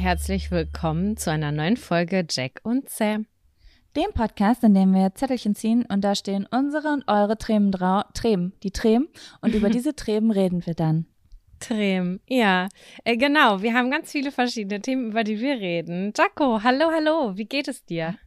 herzlich willkommen zu einer neuen Folge Jack und Sam. Dem Podcast, in dem wir Zettelchen ziehen und da stehen unsere und eure Tremen und über diese Tremen reden wir dann. Tremen, ja. Genau, wir haben ganz viele verschiedene Themen, über die wir reden. Jaco, hallo, wie geht es dir?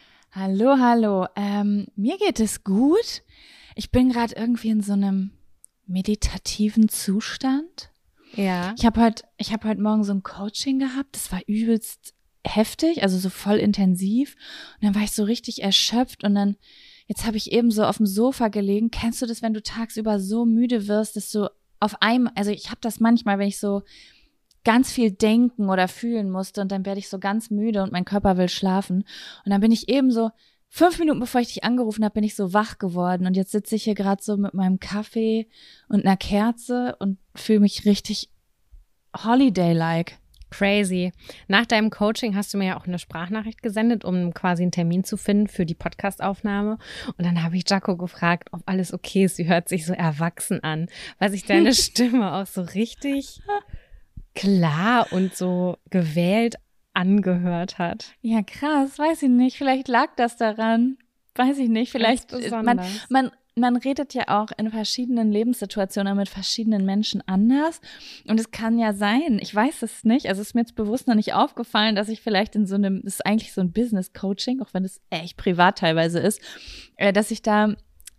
Hallo. Mir geht es gut. Ich bin gerade irgendwie in so einem meditativen Zustand. Ja. Ich habe heute Morgen so ein Coaching gehabt, das war übelst heftig, also so voll intensiv. Und dann war ich so richtig erschöpft und dann, jetzt habe ich eben so auf dem Sofa gelegen. Kennst du das, wenn du tagsüber so müde wirst, dass du auf einmal, also ich habe das manchmal, wenn ich so ganz viel denken oder fühlen musste und dann werde ich so ganz müde und mein Körper will schlafen. Und dann bin ich eben so 5 Minuten, bevor ich dich angerufen habe, bin ich so wach geworden. Und jetzt sitze ich hier gerade so mit meinem Kaffee und einer Kerze und fühle mich richtig holiday-like. Crazy. Nach deinem Coaching hast du mir ja auch eine Sprachnachricht gesendet, um quasi einen Termin zu finden für die Podcastaufnahme. Und dann habe ich Jaco gefragt, ob alles okay ist. Sie hört sich so erwachsen an, weil sich deine Stimme auch so richtig klar und so gewählt angehört hat. Ja, krass, weiß ich nicht. Vielleicht lag das daran. Weiß ich nicht. Vielleicht, man redet ja auch in verschiedenen Lebenssituationen mit verschiedenen Menschen anders. Und es kann ja sein, ich weiß es nicht, also es ist mir jetzt bewusst noch nicht aufgefallen, dass ich vielleicht in so einem, das ist eigentlich so ein Business-Coaching, auch wenn es echt privat teilweise ist, dass ich da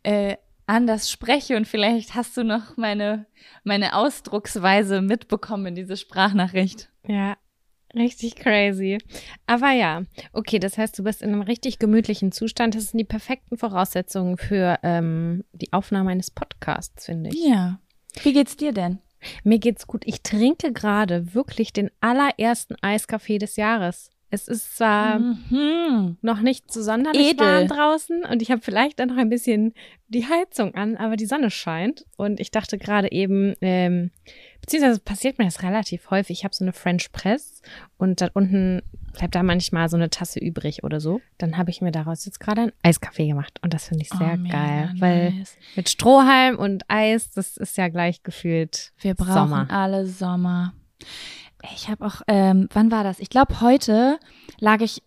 anders spreche und vielleicht hast du noch meine Ausdrucksweise mitbekommen in diese Sprachnachricht. Ja. Richtig crazy. Aber ja, okay, das heißt, du bist in einem richtig gemütlichen Zustand. Das sind die perfekten Voraussetzungen für die Aufnahme eines Podcasts, finde ich. Ja. Wie geht's dir denn? Mir geht's gut. Ich trinke gerade wirklich den allerersten Eiskaffee des Jahres. Es ist zwar noch nicht so sonderlich warm draußen und ich habe vielleicht dann noch ein bisschen die Heizung an, aber die Sonne scheint. Und ich dachte gerade eben, beziehungsweise passiert mir das relativ häufig. Ich habe so eine French Press und da unten bleibt da manchmal so eine Tasse übrig oder so. Dann habe ich mir daraus jetzt gerade einen Eiskaffee gemacht und das finde ich sehr geil, weil mit Strohhalm und Eis, das ist ja gleich gefühlt Wir brauchen alle Sommer. Ich habe auch, wann war das? Ich glaube, heute lag ich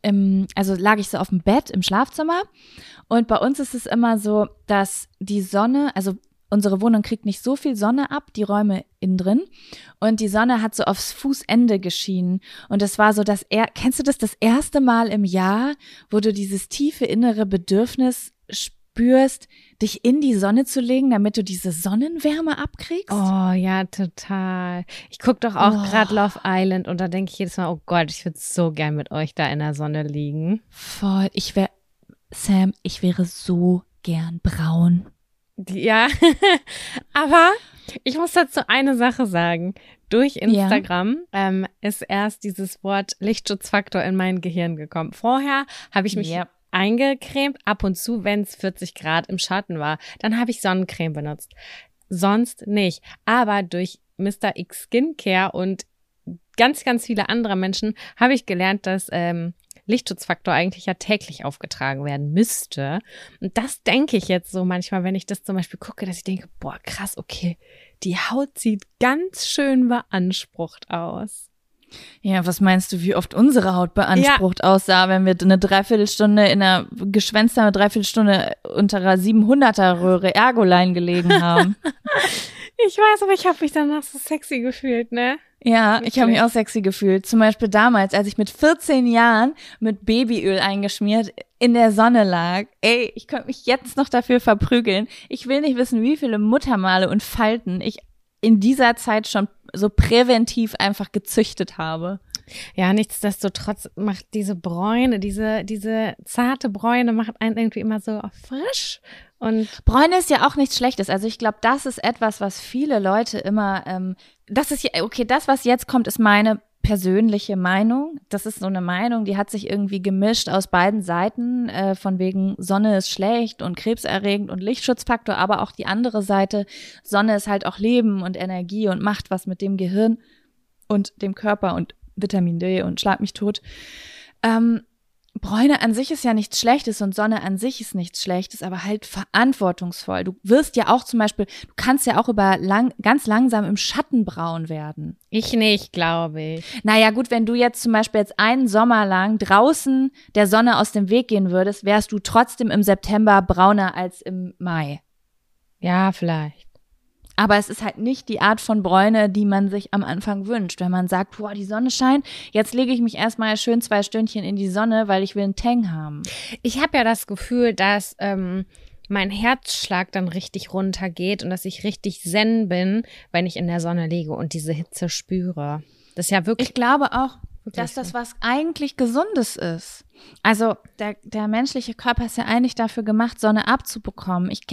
so auf dem Bett im Schlafzimmer und bei uns ist es immer so, dass die Sonne, also unsere Wohnung kriegt nicht so viel Sonne ab, die Räume innen drin und die Sonne hat so aufs Fußende geschienen und das war so kennst du das erste Mal im Jahr, wo du dieses tiefe innere Bedürfnis spürst, dich in die Sonne zu legen, damit du diese Sonnenwärme abkriegst? Oh ja, total. Ich gucke doch auch gerade Love Island und da denke ich jedes Mal, oh Gott, ich würde so gern mit euch da in der Sonne liegen. Voll. Ich wäre so gern braun. Ja, aber ich muss dazu eine Sache sagen. Durch Instagram ist erst dieses Wort Lichtschutzfaktor in mein Gehirn gekommen. Vorher habe ich mich eingecremt, ab und zu, wenn es 40 Grad im Schatten war. Dann habe ich Sonnencreme benutzt. Sonst nicht. Aber durch Mr. X Skincare und ganz, ganz viele andere Menschen habe ich gelernt, dass Lichtschutzfaktor eigentlich ja täglich aufgetragen werden müsste. Und das denke ich jetzt so manchmal, wenn ich das zum Beispiel gucke, dass ich denke, boah, krass, okay, die Haut sieht ganz schön beansprucht aus. Ja, was meinst du, wie oft unsere Haut beansprucht aussah, wenn wir eine Dreiviertelstunde geschwänzte Dreiviertelstunde unter einer 700er Röhre Ergoline gelegen haben? Ich weiß, aber ich habe mich danach so sexy gefühlt, ne? Ja, ich habe mich auch sexy gefühlt. Zum Beispiel damals, als ich mit 14 Jahren mit Babyöl eingeschmiert in der Sonne lag. Ey, ich könnte mich jetzt noch dafür verprügeln. Ich will nicht wissen, wie viele Muttermale und Falten ich in dieser Zeit schon so präventiv einfach gezüchtet habe. Ja, nichtsdestotrotz macht diese Bräune, diese zarte Bräune macht einen irgendwie immer so frisch. Und Bräune ist ja auch nichts Schlechtes. Also ich glaube, das ist etwas, was viele Leute immer, das, was jetzt kommt, ist meine persönliche Meinung. Das ist so eine Meinung, die hat sich irgendwie gemischt aus beiden Seiten, von wegen Sonne ist schlecht und krebserregend und Lichtschutzfaktor, aber auch die andere Seite, Sonne ist halt auch Leben und Energie und macht was mit dem Gehirn und dem Körper und Vitamin D und schlag mich tot. Bräune an sich ist ja nichts Schlechtes und Sonne an sich ist nichts Schlechtes, aber halt verantwortungsvoll. Du wirst ja auch zum Beispiel, du kannst ja auch ganz langsam im Schatten braun werden. Ich nicht, glaube ich. Naja gut, wenn du jetzt zum Beispiel jetzt einen Sommer lang draußen der Sonne aus dem Weg gehen würdest, wärst du trotzdem im September brauner als im Mai. Ja, vielleicht. Aber es ist halt nicht die Art von Bräune, die man sich am Anfang wünscht. Wenn man sagt, boah, die Sonne scheint, jetzt lege ich mich erstmal schön 2 Stündchen in die Sonne, weil ich will einen Tang haben. Ich habe ja das Gefühl, dass mein Herzschlag dann richtig runtergeht und dass ich richtig zen bin, wenn ich in der Sonne liege und diese Hitze spüre. Das ist ja wirklich. Ich glaube auch, dass so. das was eigentlich Gesundes ist. Also der menschliche Körper ist ja eigentlich dafür gemacht, Sonne abzubekommen. Ich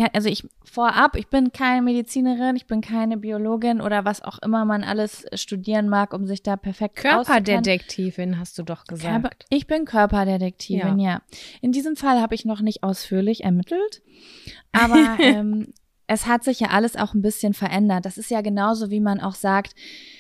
bin keine Medizinerin, ich bin keine Biologin oder was auch immer man alles studieren mag, um sich da perfekt Körperdetektivin, hast du doch gesagt. Ich bin Körperdetektivin, ja. In diesem Fall habe ich noch nicht ausführlich ermittelt, aber es hat sich ja alles auch ein bisschen verändert. Das ist ja genauso, wie man auch sagt,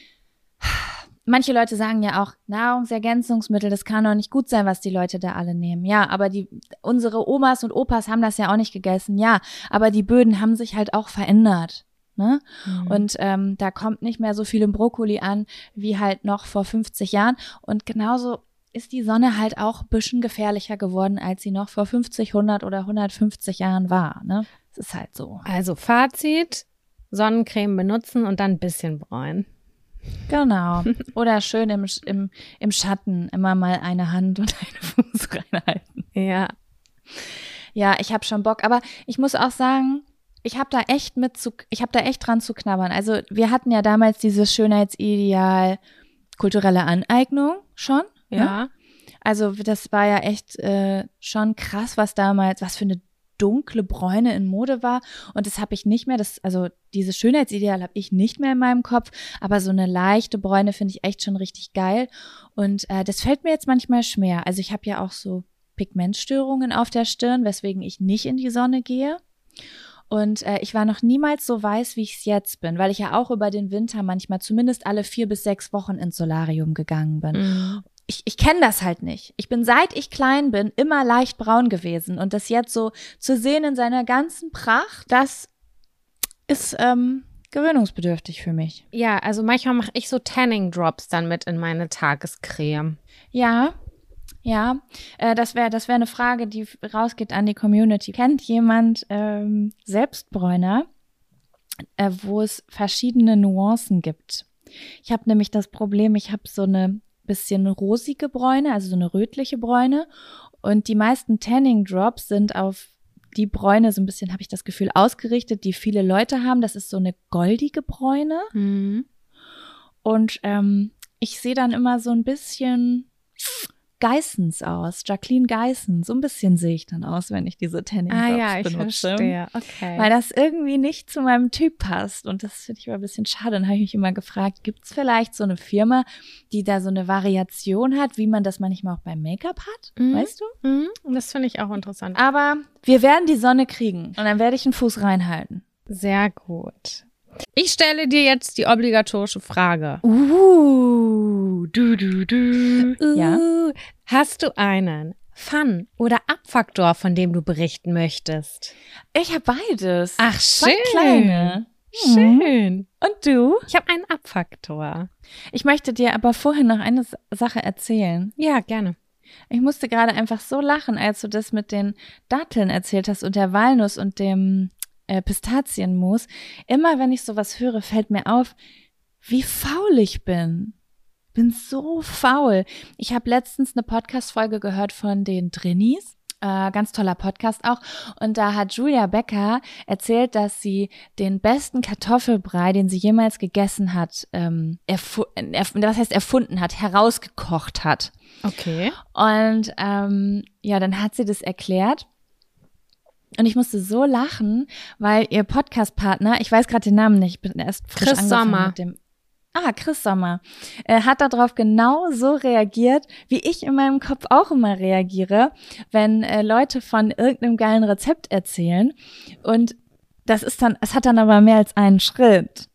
manche Leute sagen ja auch, Nahrungsergänzungsmittel, das kann doch nicht gut sein, was die Leute da alle nehmen. Ja, aber unsere Omas und Opas haben das ja auch nicht gegessen. Ja, aber die Böden haben sich halt auch verändert. Ne? Und da kommt nicht mehr so viel im Brokkoli an, wie halt noch vor 50 Jahren. Und genauso ist die Sonne halt auch ein bisschen gefährlicher geworden, als sie noch vor 50, 100 oder 150 Jahren war. Ne? Das ist halt so. Also Fazit, Sonnencreme benutzen und dann ein bisschen bräunen. Genau. Oder schön im Schatten immer mal eine Hand und einen Fuß reinhalten. Ja. Ja, ich habe schon Bock. Aber ich muss auch sagen, ich habe da echt dran zu knabbern. Also wir hatten ja damals dieses Schönheitsideal kulturelle Aneignung schon. Ja. Ne? Also das war ja echt schon krass, was für eine dunkle Bräune in Mode war, und das habe ich nicht mehr, also dieses Schönheitsideal habe ich nicht mehr in meinem Kopf, aber so eine leichte Bräune finde ich echt schon richtig geil, und das fällt mir jetzt manchmal schwer. Also ich habe ja auch so Pigmentstörungen auf der Stirn, weswegen ich nicht in die Sonne gehe, und ich war noch niemals so weiß, wie ich es jetzt bin, weil ich ja auch über den Winter manchmal zumindest alle 4 bis 6 Wochen ins Solarium gegangen bin. Mhm. Ich kenne das halt nicht. Ich bin, seit ich klein bin, immer leicht braun gewesen. Und das jetzt so zu sehen in seiner ganzen Pracht, das ist gewöhnungsbedürftig für mich. Ja, also manchmal mache ich so Tanning Drops dann mit in meine Tagescreme. Ja, das wäre eine Frage, die rausgeht an die Community. Kennt jemand Selbstbräuner, wo es verschiedene Nuancen gibt? Ich habe nämlich das Problem, ich habe so eine bisschen rosige Bräune, also so eine rötliche Bräune, und die meisten Tanning Drops sind auf die Bräune so ein bisschen, habe ich das Gefühl, ausgerichtet, die viele Leute haben. Das ist so eine goldige Bräune. Mhm. Und ich sehe dann immer so ein bisschen Geissens aus, Jacqueline Geissens. So ein bisschen sehe ich dann aus, wenn ich diese Tanning Drops benutze. Verstehe. Okay. Weil das irgendwie nicht zu meinem Typ passt. Und das finde ich aber ein bisschen schade. Dann habe ich mich immer gefragt, gibt es vielleicht so eine Firma, die da so eine Variation hat, wie man das manchmal auch beim Make-up hat? Weißt du? Mhm. Das finde ich auch interessant. Aber wir werden die Sonne kriegen. Und dann werde ich einen Fuß reinhalten. Sehr gut. Ich stelle dir jetzt die obligatorische Frage. Ja. Hast du einen Fun- oder Abfaktor, von dem du berichten möchtest? Ich habe beides. Ach, schön. 2 kleine. Schön. Und du? Ich habe einen Abfaktor. Ich möchte dir aber vorhin noch eine Sache erzählen. Ja, gerne. Ich musste gerade einfach so lachen, als du das mit den Datteln erzählt hast und der Walnuss und dem Pistazienmus. Immer wenn ich sowas höre, fällt mir auf, wie faul ich bin. Bin so faul. Ich habe letztens eine Podcast-Folge gehört von den Drinnies. Ganz toller Podcast auch. Und da hat Julia Becker erzählt, dass sie den besten Kartoffelbrei, den sie jemals gegessen hat, erfunden hat, herausgekocht hat. Okay. Und dann hat sie das erklärt. Und ich musste so lachen, weil ihr Podcast-Partner, ich weiß gerade den Namen nicht, ich bin erst frisch Chris angefangen Sommer. mit dem. Chris Sommer. Hat darauf genau so reagiert, wie ich in meinem Kopf auch immer reagiere, wenn Leute von irgendeinem geilen Rezept erzählen. Und es hat dann aber mehr als einen Schritt.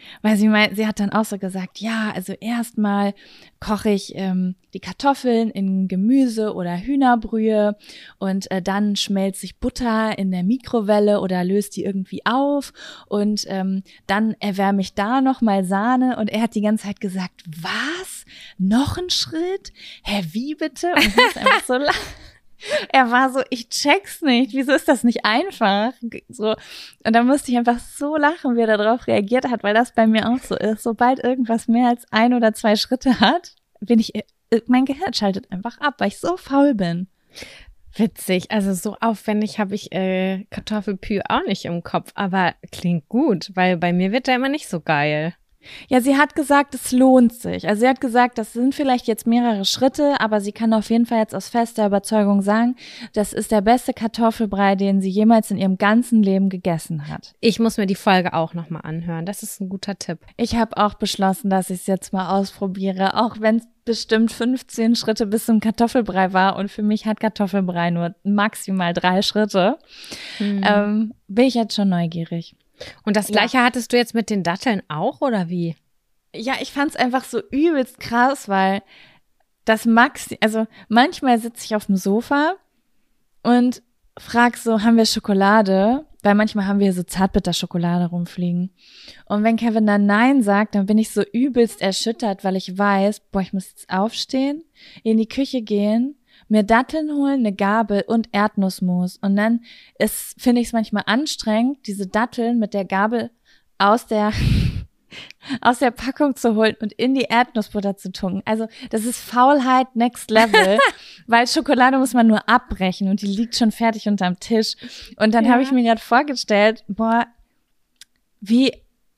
Weil sie hat dann auch so gesagt, ja, also erstmal koche ich die Kartoffeln in Gemüse oder Hühnerbrühe und dann schmelze ich Butter in der Mikrowelle oder löse die irgendwie auf und dann erwärme ich da nochmal Sahne und er hat die ganze Zeit gesagt, was? Noch ein Schritt? Hä, wie bitte? Und ich muss einfach so lachen. Er war so, ich check's nicht, wieso ist das nicht einfach? So. Und da musste ich einfach so lachen, wie er darauf reagiert hat, weil das bei mir auch so ist. Sobald irgendwas mehr als 1 oder 2 Schritte hat, mein Gehirn schaltet einfach ab, weil ich so faul bin. Witzig, also so aufwendig habe ich Kartoffelpü auch nicht im Kopf, aber klingt gut, weil bei mir wird der immer nicht so geil. Ja, sie hat gesagt, es lohnt sich. Also sie hat gesagt, das sind vielleicht jetzt mehrere Schritte, aber sie kann auf jeden Fall jetzt aus fester Überzeugung sagen, das ist der beste Kartoffelbrei, den sie jemals in ihrem ganzen Leben gegessen hat. Ich muss mir die Folge auch nochmal anhören. Das ist ein guter Tipp. Ich habe auch beschlossen, dass ich es jetzt mal ausprobiere, auch wenn es bestimmt 15 Schritte bis zum Kartoffelbrei war und für mich hat Kartoffelbrei nur maximal 3 Schritte. Bin ich jetzt schon neugierig. Und das Gleiche hattest du jetzt mit den Datteln auch, oder wie? Ja, ich fand's einfach so übelst krass, weil also manchmal sitze ich auf dem Sofa und frag so, haben wir Schokolade? Weil manchmal haben wir so Zartbitterschokolade rumfliegen. Und wenn Kevin dann Nein sagt, dann bin ich so übelst erschüttert, weil ich weiß, boah, ich muss jetzt aufstehen, in die Küche gehen, mir Datteln holen, eine Gabel und Erdnussmus. Und dann finde ich es manchmal anstrengend, diese Datteln mit der Gabel aus der Packung zu holen und in die Erdnussbutter zu tunken. Also das ist Faulheit next level, weil Schokolade muss man nur abbrechen und die liegt schon fertig unterm Tisch. Und dann habe ich mir gerade vorgestellt, boah, wie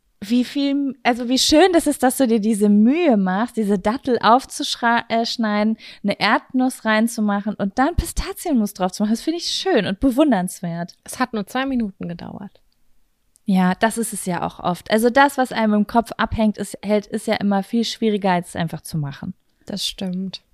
schön das ist, dass du dir diese Mühe machst, diese Dattel aufzuschneiden, eine Erdnuss reinzumachen und dann Pistazienmus drauf zu machen. Das finde ich schön und bewundernswert. Es hat nur 2 Minuten gedauert. Ja, das ist es ja auch oft. Also das, was einem im Kopf abhängt, ist ja immer viel schwieriger, als es einfach zu machen. Das stimmt.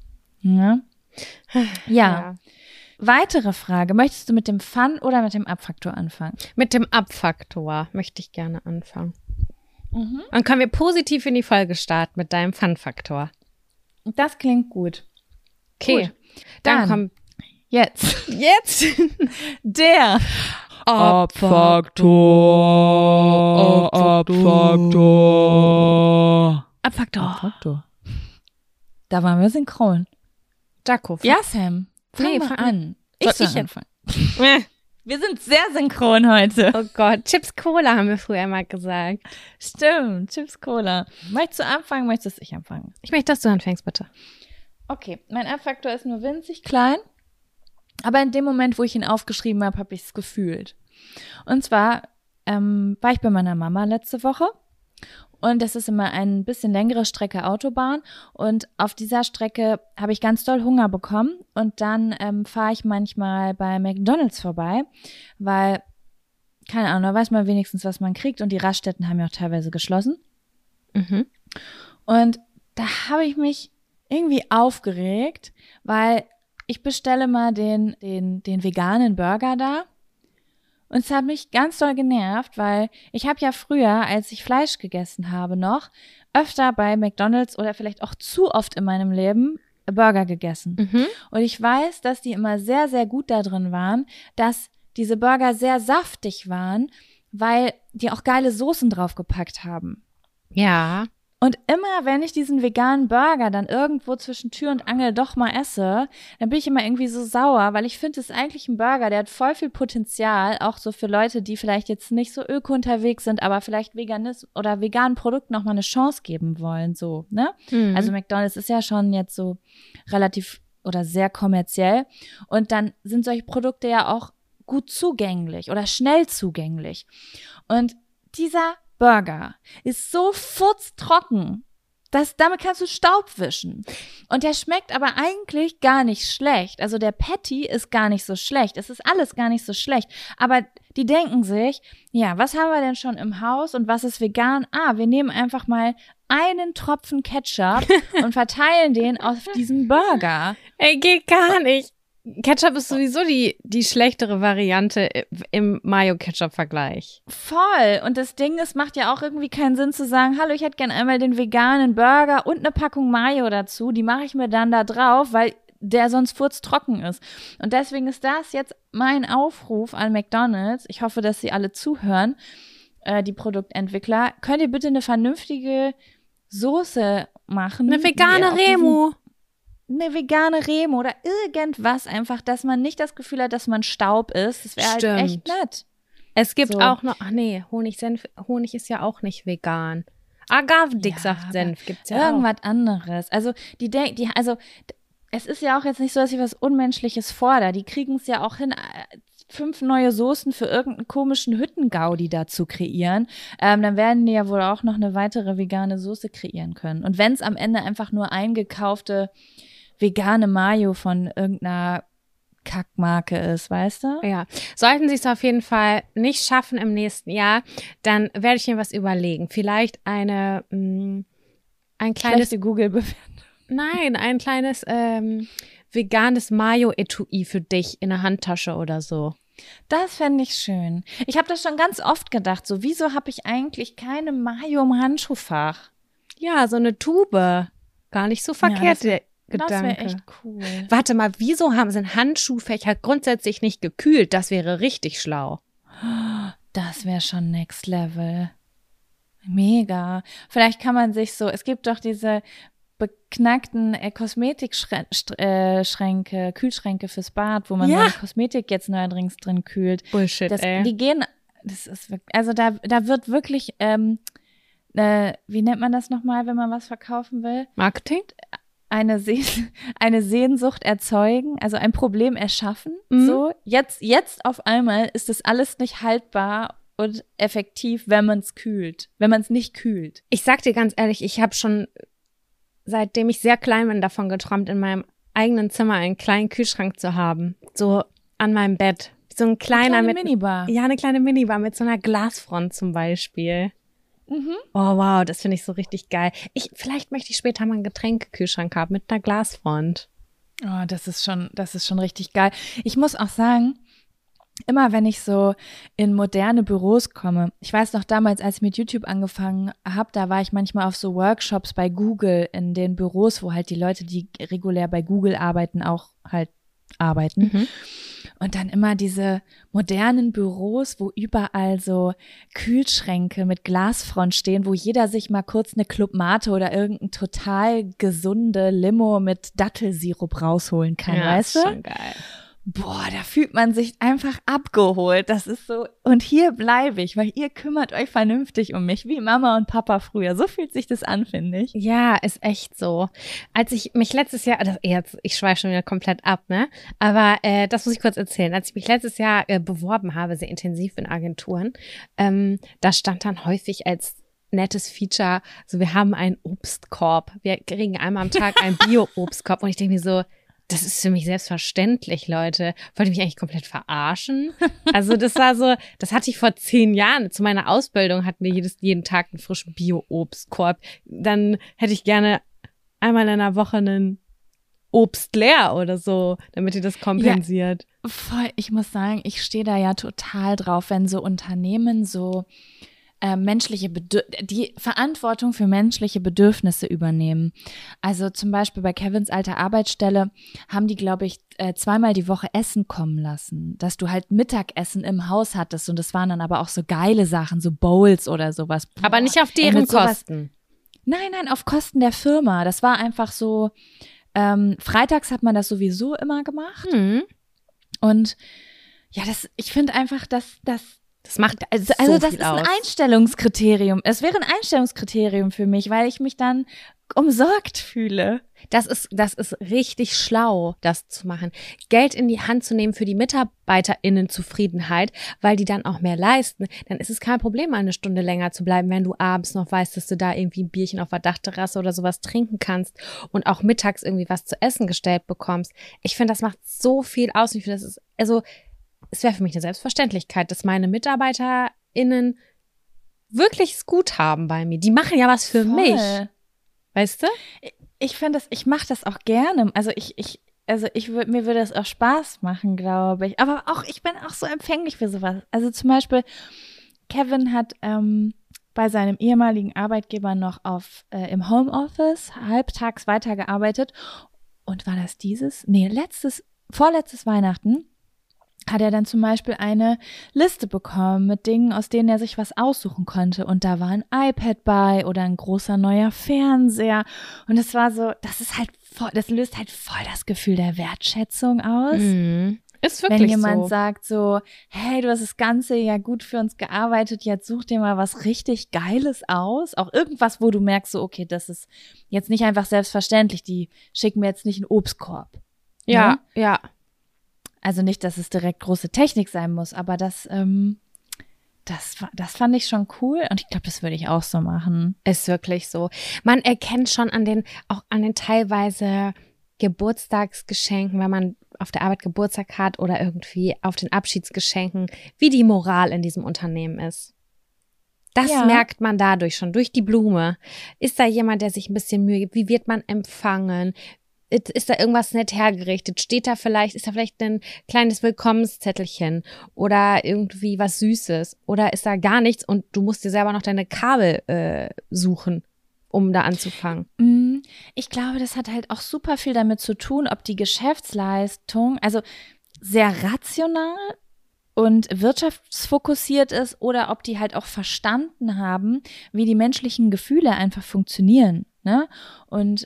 Ja. Weitere Frage. Möchtest du mit dem Fun oder mit dem Abfaktor anfangen? Mit dem Abfaktor möchte ich gerne anfangen. Dann können wir positiv in die Folge starten mit deinem Fun-Faktor. Das klingt gut. Okay, gut. Dann kommt jetzt der Abfaktor. Da waren wir synchron. Jaco. Ja, Sam. Fang mal an. Ich anfangen. Wir sind sehr synchron heute. Oh Gott, Chips Cola haben wir früher mal gesagt. Stimmt, Chips Cola. Möchtest du anfangen, möchtest ich anfangen? Ich möchte, dass du anfängst, bitte. Okay, mein Abfaktor ist nur winzig klein, aber in dem Moment, wo ich ihn aufgeschrieben habe, habe ich es gefühlt. Und zwar war ich bei meiner Mama letzte Woche und das ist immer ein bisschen längere Strecke Autobahn und auf dieser Strecke habe ich ganz doll Hunger bekommen und dann fahre ich manchmal bei McDonald's vorbei, weil, keine Ahnung, da weiß man wenigstens, was man kriegt und die Raststätten haben ja auch teilweise geschlossen. Und da habe ich mich irgendwie aufgeregt, weil ich bestelle mal den veganen Burger da. Und es hat mich ganz doll genervt, weil ich habe ja früher, als ich Fleisch gegessen habe noch, öfter bei McDonald's oder vielleicht auch zu oft in meinem Leben Burger gegessen. Und ich weiß, dass die immer sehr, sehr gut da drin waren, dass diese Burger sehr saftig waren, weil die auch geile Soßen draufgepackt haben. Ja. Und immer, wenn ich diesen veganen Burger dann irgendwo zwischen Tür und Angel doch mal esse, dann bin ich immer irgendwie so sauer, weil ich finde, es ist eigentlich ein Burger, der hat voll viel Potenzial, auch so für Leute, die vielleicht jetzt nicht so öko unterwegs sind, aber vielleicht Veganismus oder veganen Produkten noch mal eine Chance geben wollen, so, ne? Also McDonald's ist ja schon jetzt so relativ oder sehr kommerziell und dann sind solche Produkte ja auch gut zugänglich oder schnell zugänglich. Und dieser Burger ist so furztrocken, damit kannst du Staub wischen. Und der schmeckt aber eigentlich gar nicht schlecht. Also der Patty ist gar nicht so schlecht. Es ist alles gar nicht so schlecht. Aber die denken sich, ja, was haben wir denn schon im Haus und was ist vegan? Wir nehmen einfach mal einen Tropfen Ketchup und verteilen den auf diesen Burger. Ey, geht gar nicht. Ketchup ist sowieso die schlechtere Variante im Mayo-Ketchup-Vergleich. Voll. Und das Ding, es macht ja auch irgendwie keinen Sinn zu sagen, hallo, ich hätte gern einmal den veganen Burger und eine Packung Mayo dazu. Die mache ich mir dann da drauf, weil der sonst furztrocken ist. Und deswegen ist das jetzt mein Aufruf an McDonald's. Ich hoffe, dass sie alle zuhören, die Produktentwickler. Könnt ihr bitte eine vernünftige Soße machen? Eine vegane Remo. Eine vegane Remo oder irgendwas einfach, dass man nicht das Gefühl hat, dass man Staub ist. Das wäre halt echt nett. Es gibt auch noch, Honig ist ja auch nicht vegan. Agavendicksaft-Senf gibt's ja irgendwas anderes. Also es ist ja auch jetzt nicht so, dass ich was Unmenschliches fordere. Die kriegen es ja auch hin, 5 neue Soßen für irgendeinen komischen Hüttengaudi da zu kreieren. Dann werden die ja wohl auch noch eine weitere vegane Soße kreieren können. Und wenn es am Ende einfach nur eingekaufte vegane Mayo von irgendeiner Kackmarke ist, weißt du? Ja. Sollten sie es auf jeden Fall nicht schaffen im nächsten Jahr, dann werde ich mir was überlegen. Vielleicht ein kleines Google-Bewertung. Nein, ein kleines veganes Mayo-Etui für dich in der Handtasche oder so. Das fände ich schön. Ich habe das schon ganz oft gedacht, so wieso habe ich eigentlich keine Mayo im Handschuhfach? Ja, so eine Tube. Gar nicht so verkehrt, der Gedanke. Das wäre echt cool. Warte mal, wieso sind Handschuhfächer grundsätzlich nicht gekühlt? Das wäre richtig schlau. Das wäre schon Next Level. Mega. Vielleicht kann man sich so, es gibt doch diese beknackten Kosmetikschränke, Kühlschränke fürs Bad, wo man seine Kosmetik jetzt neuerdings drin kühlt. Bullshit, ey. Die gehen, das ist wirklich, also da wird wirklich, wie nennt man das nochmal, wenn man was verkaufen will? Marketing? Eine Sehnsucht erzeugen, also ein Problem erschaffen. So, jetzt auf einmal ist das alles nicht haltbar und effektiv, wenn man es nicht kühlt. Ich sag dir ganz ehrlich, ich habe schon, seitdem ich sehr klein bin, davon geträumt, in meinem eigenen Zimmer einen kleinen Kühlschrank zu haben. So an meinem Bett. So ein kleiner Minibar. Ja, eine kleine Minibar mit so einer Glasfront zum Beispiel. Mhm. Oh wow, das finde ich so richtig geil. Vielleicht möchte ich später mal einen Getränkekühlschrank haben mit einer Glasfront. Oh, das ist schon richtig geil. Ich muss auch sagen, immer wenn ich so in moderne Büros komme, ich weiß noch damals, als ich mit YouTube angefangen habe, da war ich manchmal auf so Workshops bei Google in den Büros, wo halt die Leute, die regulär bei Google arbeiten, auch halt arbeiten. Mhm. Und dann immer diese modernen Büros, wo überall so Kühlschränke mit Glasfront stehen, wo jeder sich mal kurz eine Club Mate oder irgendein total gesunde Limo mit Dattelsirup rausholen kann, weißt du? Schon geil. Boah, da fühlt man sich einfach abgeholt. Das ist so, und hier bleibe ich, weil ihr kümmert euch vernünftig um mich, wie Mama und Papa früher. So fühlt sich das an, finde ich. Ja, ist echt so. Als ich mich letztes Jahr, ich schweife schon wieder komplett ab, ne? Aber das muss ich kurz erzählen. Als ich mich letztes Jahr beworben habe, sehr intensiv in Agenturen, da stand dann häufig als nettes Feature, so wir haben einen Obstkorb. Wir kriegen einmal am Tag einen Bio-Obstkorb. Und ich denke mir so, das ist für mich selbstverständlich, Leute. Wollt ihr mich eigentlich komplett verarschen? Also das war so, das hatte ich vor 10 Jahren. Zu meiner Ausbildung hatten wir jeden Tag einen frischen Bio-Obstkorb. Dann hätte ich gerne einmal in einer Woche einen Obst leer oder so, damit ihr das kompensiert. Ja, voll. Ich muss sagen, ich stehe da ja total drauf, wenn so Unternehmen so die Verantwortung für menschliche Bedürfnisse übernehmen. Also zum Beispiel bei Kevins alter Arbeitsstelle haben die, glaube ich, 2-mal die Woche Essen kommen lassen, dass du halt Mittagessen im Haus hattest und das waren dann aber auch so geile Sachen, so Bowls oder sowas. Boah, aber nicht auf deren Kosten. Nein, auf Kosten der Firma. Das war einfach so, freitags hat man das sowieso immer gemacht. Mhm. Und ja, ich finde einfach, dass das macht also das ist ein Einstellungskriterium. Es wäre ein Einstellungskriterium für mich, weil ich mich dann umsorgt fühle. Das ist richtig schlau, das zu machen. Geld in die Hand zu nehmen für die MitarbeiterInnen-Zufriedenheit, weil die dann auch mehr leisten. Dann ist es kein Problem, eine Stunde länger zu bleiben, wenn du abends noch weißt, dass du da irgendwie ein Bierchen auf der Dachterrasse oder sowas trinken kannst und auch mittags irgendwie was zu essen gestellt bekommst. Ich finde, das macht so viel aus. Ich finde, es wäre für mich eine Selbstverständlichkeit, dass meine MitarbeiterInnen wirklich es gut haben bei mir. Die machen ja was für mich. Weißt du? Ich finde das, ich mache das auch gerne. Also mir würde es auch Spaß machen, glaube ich. Aber auch, ich bin auch so empfänglich für sowas. Also zum Beispiel, Kevin hat bei seinem ehemaligen Arbeitgeber noch im Homeoffice halbtags weitergearbeitet. Und war das vorletztes Weihnachten hat er dann zum Beispiel eine Liste bekommen mit Dingen, aus denen er sich was aussuchen konnte. Und da war ein iPad bei oder ein großer neuer Fernseher. Und es war so, das löst halt voll das Gefühl der Wertschätzung aus. Mhm. Ist wirklich so. Wenn jemand sagt so, hey, du hast das ganze Jahr gut für uns gearbeitet, jetzt such dir mal was richtig Geiles aus. Auch irgendwas, wo du merkst so, okay, das ist jetzt nicht einfach selbstverständlich. Die schicken mir jetzt nicht einen Obstkorb. Ja, ja. Also nicht, dass es direkt große Technik sein muss, aber das fand ich schon cool und ich glaube, das würde ich auch so machen. Ist wirklich so. Man erkennt schon an den teilweise Geburtstagsgeschenken, wenn man auf der Arbeit Geburtstag hat oder irgendwie auf den Abschiedsgeschenken, wie die Moral in diesem Unternehmen ist. Das merkt man dadurch schon, durch die Blume. Ist da jemand, der sich ein bisschen Mühe gibt? Wie wird man empfangen? Ist da irgendwas nett hergerichtet? Ist da vielleicht ein kleines Willkommenszettelchen oder irgendwie was Süßes? Oder ist da gar nichts und du musst dir selber noch deine Kabel suchen, um da anzufangen? Ich glaube, das hat halt auch super viel damit zu tun, ob die Geschäftsleistung also sehr rational und wirtschaftsfokussiert ist oder ob die halt auch verstanden haben, wie die menschlichen Gefühle einfach funktionieren, ne? Und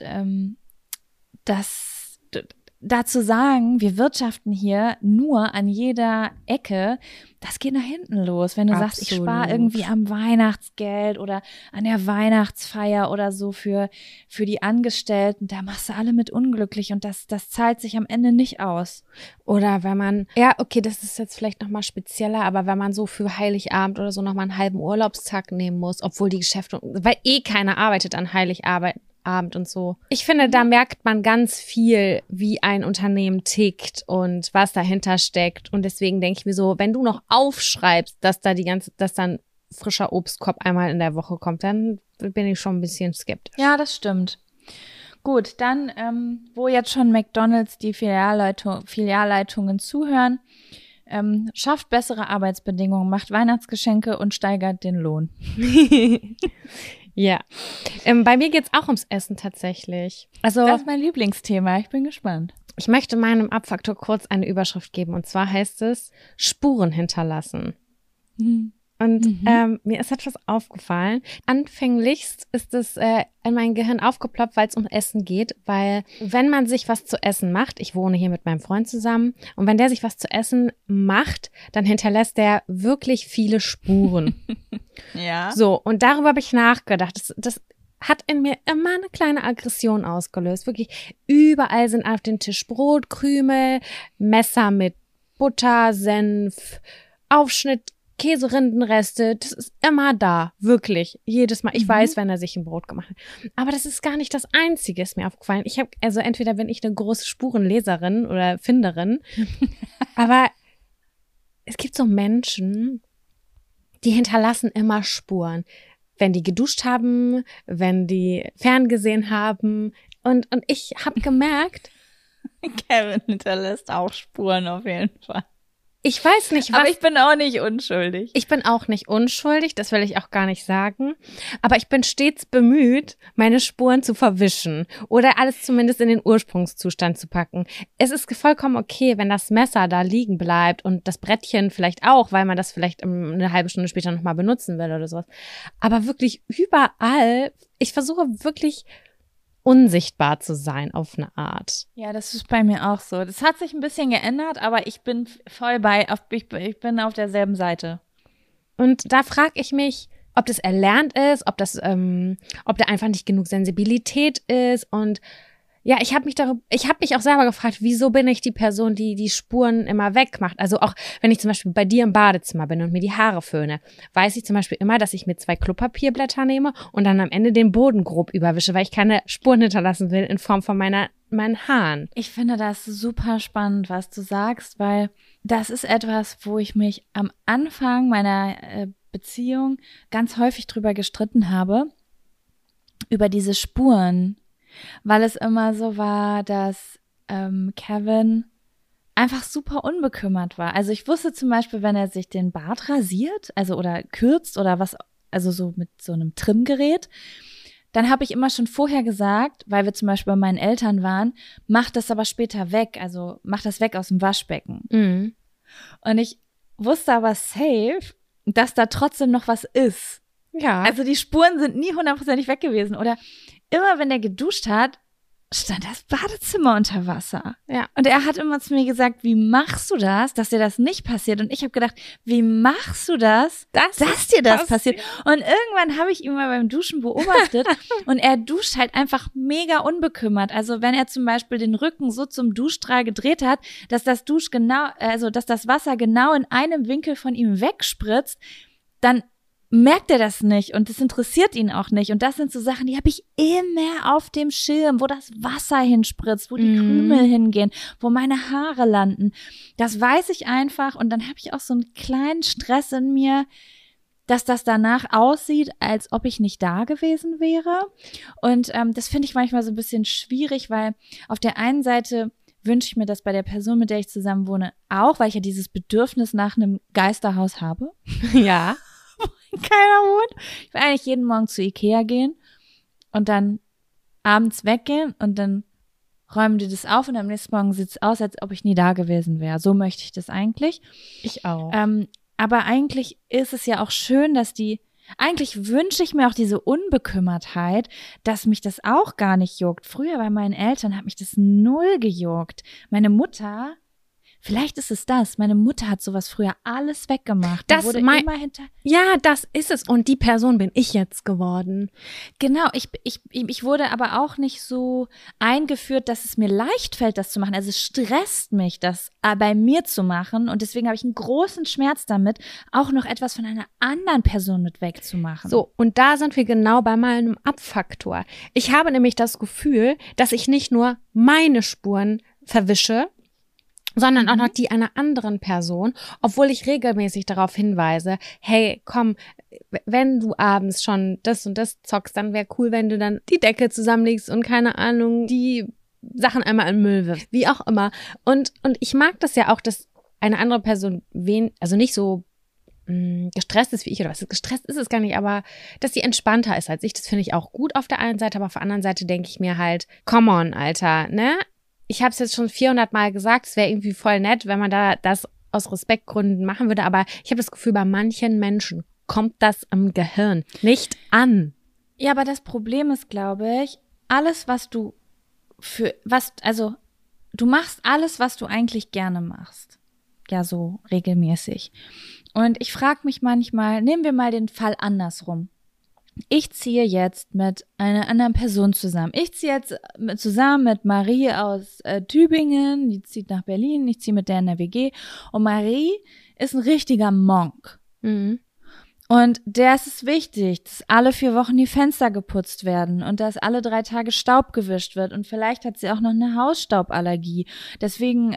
dazu sagen, wir wirtschaften hier nur an jeder Ecke, das geht nach hinten los. Wenn du sagst, ich spare irgendwie am Weihnachtsgeld oder an der Weihnachtsfeier oder so für die Angestellten, da machst du alle mit unglücklich und das zahlt sich am Ende nicht aus. Oder wenn man, ja, okay, das ist jetzt vielleicht nochmal spezieller, aber wenn man so für Heiligabend oder so nochmal einen halben Urlaubstag nehmen muss, obwohl die Geschäfte, weil keiner arbeitet an Heiligabend und so. Ich finde, da merkt man ganz viel, wie ein Unternehmen tickt und was dahinter steckt. Und deswegen denke ich mir so, wenn du noch aufschreibst, dass dann frischer Obstkorb einmal in der Woche kommt, dann bin ich schon ein bisschen skeptisch. Ja, das stimmt. Gut, dann, wo jetzt schon McDonald's die Filialleitungen zuhören, schafft bessere Arbeitsbedingungen, macht Weihnachtsgeschenke und steigert den Lohn. Ja, bei mir geht's auch ums Essen tatsächlich. Also das ist mein Lieblingsthema, ich bin gespannt. Ich möchte meinem Abfaktor kurz eine Überschrift geben und zwar heißt es Spuren hinterlassen. Und mir ist etwas aufgefallen. Anfänglichst ist es in mein Gehirn aufgeploppt, weil es um Essen geht, weil wenn man sich was zu essen macht, ich wohne hier mit meinem Freund zusammen, und wenn der sich was zu essen macht, dann hinterlässt der wirklich viele Spuren. Ja. So, und darüber habe ich nachgedacht. Das hat in mir immer eine kleine Aggression ausgelöst. Wirklich, überall sind auf dem Tisch Brotkrümel, Messer mit Butter, Senf, Aufschnitt, Käserindenreste, das ist immer da, wirklich, jedes Mal. Ich weiß, wenn er sich ein Brot gemacht hat. Aber das ist gar nicht das Einzige, ist mir aufgefallen. Also entweder bin ich eine große Spurenleserin oder Finderin, aber es gibt so Menschen, die hinterlassen immer Spuren. Wenn die geduscht haben, wenn die ferngesehen haben. Und ich habe gemerkt, Kevin hinterlässt auch Spuren auf jeden Fall. Ich weiß nicht, was. Aber ich bin auch nicht unschuldig. Ich bin auch nicht unschuldig, das will ich auch gar nicht sagen. Aber ich bin stets bemüht, meine Spuren zu verwischen oder alles zumindest in den Ursprungszustand zu packen. Es ist vollkommen okay, wenn das Messer da liegen bleibt und das Brettchen vielleicht auch, weil man das vielleicht eine halbe Stunde später nochmal benutzen will oder sowas. Aber wirklich überall, ich versuche wirklich unsichtbar zu sein auf eine Art. Ja, das ist bei mir auch so. Das hat sich ein bisschen geändert, aber ich bin voll ich bin auf derselben Seite. Und da frage ich mich, ob das erlernt ist, ob da einfach nicht genug Sensibilität ist. Und ja, ich habe mich auch selber gefragt, wieso bin ich die Person, die die Spuren immer wegmacht? Also auch, wenn ich zum Beispiel bei dir im Badezimmer bin und mir die Haare föhne, weiß ich zum Beispiel immer, dass ich mir 2 Klopapierblätter nehme und dann am Ende den Boden grob überwische, weil ich keine Spuren hinterlassen will in Form von meinen Haaren. Ich finde das super spannend, was du sagst, weil das ist etwas, wo ich mich am Anfang meiner Beziehung ganz häufig drüber gestritten habe, über diese Spuren. Weil es immer so war, dass Kevin einfach super unbekümmert war. Also ich wusste zum Beispiel, wenn er sich den Bart rasiert, also oder kürzt oder was, also so mit so einem Trimmgerät, dann habe ich immer schon vorher gesagt, weil wir zum Beispiel bei meinen Eltern waren, mach das aber später weg, also mach das weg aus dem Waschbecken. Mhm. Und ich wusste aber safe, dass da trotzdem noch was ist. Ja. Also die Spuren sind nie 100% weg gewesen. Oder immer, wenn er geduscht hat, stand das Badezimmer unter Wasser. Ja. Und er hat immer zu mir gesagt, wie machst du das, dass dir das nicht passiert? Und ich habe gedacht, wie machst du das, dass dir das passiert? Und irgendwann habe ich ihn mal beim Duschen beobachtet und er duscht halt einfach mega unbekümmert. Also wenn er zum Beispiel den Rücken so zum Duschstrahl gedreht hat, dass das dass das Wasser genau in einem Winkel von ihm wegspritzt, dann merkt er das nicht und das interessiert ihn auch nicht. Und das sind so Sachen, die habe ich immer auf dem Schirm, wo das Wasser hinspritzt, wo die Krümel hingehen, wo meine Haare landen. Das weiß ich einfach und dann habe ich auch so einen kleinen Stress in mir, dass das danach aussieht, als ob ich nicht da gewesen wäre. Und das finde ich manchmal so ein bisschen schwierig, weil auf der einen Seite wünsche ich mir das bei der Person, mit der ich zusammen wohne, auch, weil ich ja dieses Bedürfnis nach einem Geisterhaus habe. Ja. Keiner wohnt. Ich will eigentlich jeden Morgen zu Ikea gehen und dann abends weggehen und dann räumen die das auf und am nächsten Morgen sieht es aus, als ob ich nie da gewesen wäre. So möchte ich das eigentlich. Ich auch. Aber eigentlich ist es ja auch schön, eigentlich wünsche ich mir auch diese Unbekümmertheit, dass mich das auch gar nicht juckt. Früher bei meinen Eltern hat mich das null gejuckt. Meine Mutter, vielleicht ist es das. Meine Mutter hat sowas früher alles weggemacht. Ja, das ist es. Und die Person bin ich jetzt geworden. Genau, ich wurde aber auch nicht so eingeführt, dass es mir leicht fällt, das zu machen. Also es stresst mich, das bei mir zu machen. Und deswegen habe ich einen großen Schmerz damit, auch noch etwas von einer anderen Person mit wegzumachen. So, und da sind wir genau bei meinem Abfaktor. Ich habe nämlich das Gefühl, dass ich nicht nur meine Spuren verwische, sondern auch noch die einer anderen Person, obwohl ich regelmäßig darauf hinweise, hey, komm, wenn du abends schon das und das zockst, dann wäre cool, wenn du dann die Decke zusammenlegst und keine Ahnung, die Sachen einmal in den Müll wirfst, wie auch immer. Und ich mag das ja auch, dass eine andere Person also nicht so gestresst ist wie ich, oder was gestresst ist es gar nicht, aber dass sie entspannter ist als ich, das finde ich auch gut auf der einen Seite, aber auf der anderen Seite denke ich mir halt, come on, Alter, ne? Ich habe es jetzt schon 400 Mal gesagt, es wäre irgendwie voll nett, wenn man da das aus Respektgründen machen würde, aber ich habe das Gefühl, bei manchen Menschen kommt das im Gehirn nicht an. Ja, aber das Problem ist, glaube ich, alles, du machst alles, was du eigentlich gerne machst. Ja, so regelmäßig. Und ich frage mich manchmal, nehmen wir mal den Fall andersrum. Ich ziehe jetzt mit einer anderen Person zusammen. Ich ziehe jetzt zusammen mit Marie aus Tübingen, die zieht nach Berlin, ich ziehe mit der in der WG. Und Marie ist ein richtiger Monk. Mhm. Und der ist es wichtig, dass alle 4 Wochen die Fenster geputzt werden und dass alle 3 Tage Staub gewischt wird. Und vielleicht hat sie auch noch eine Hausstauballergie. Deswegen,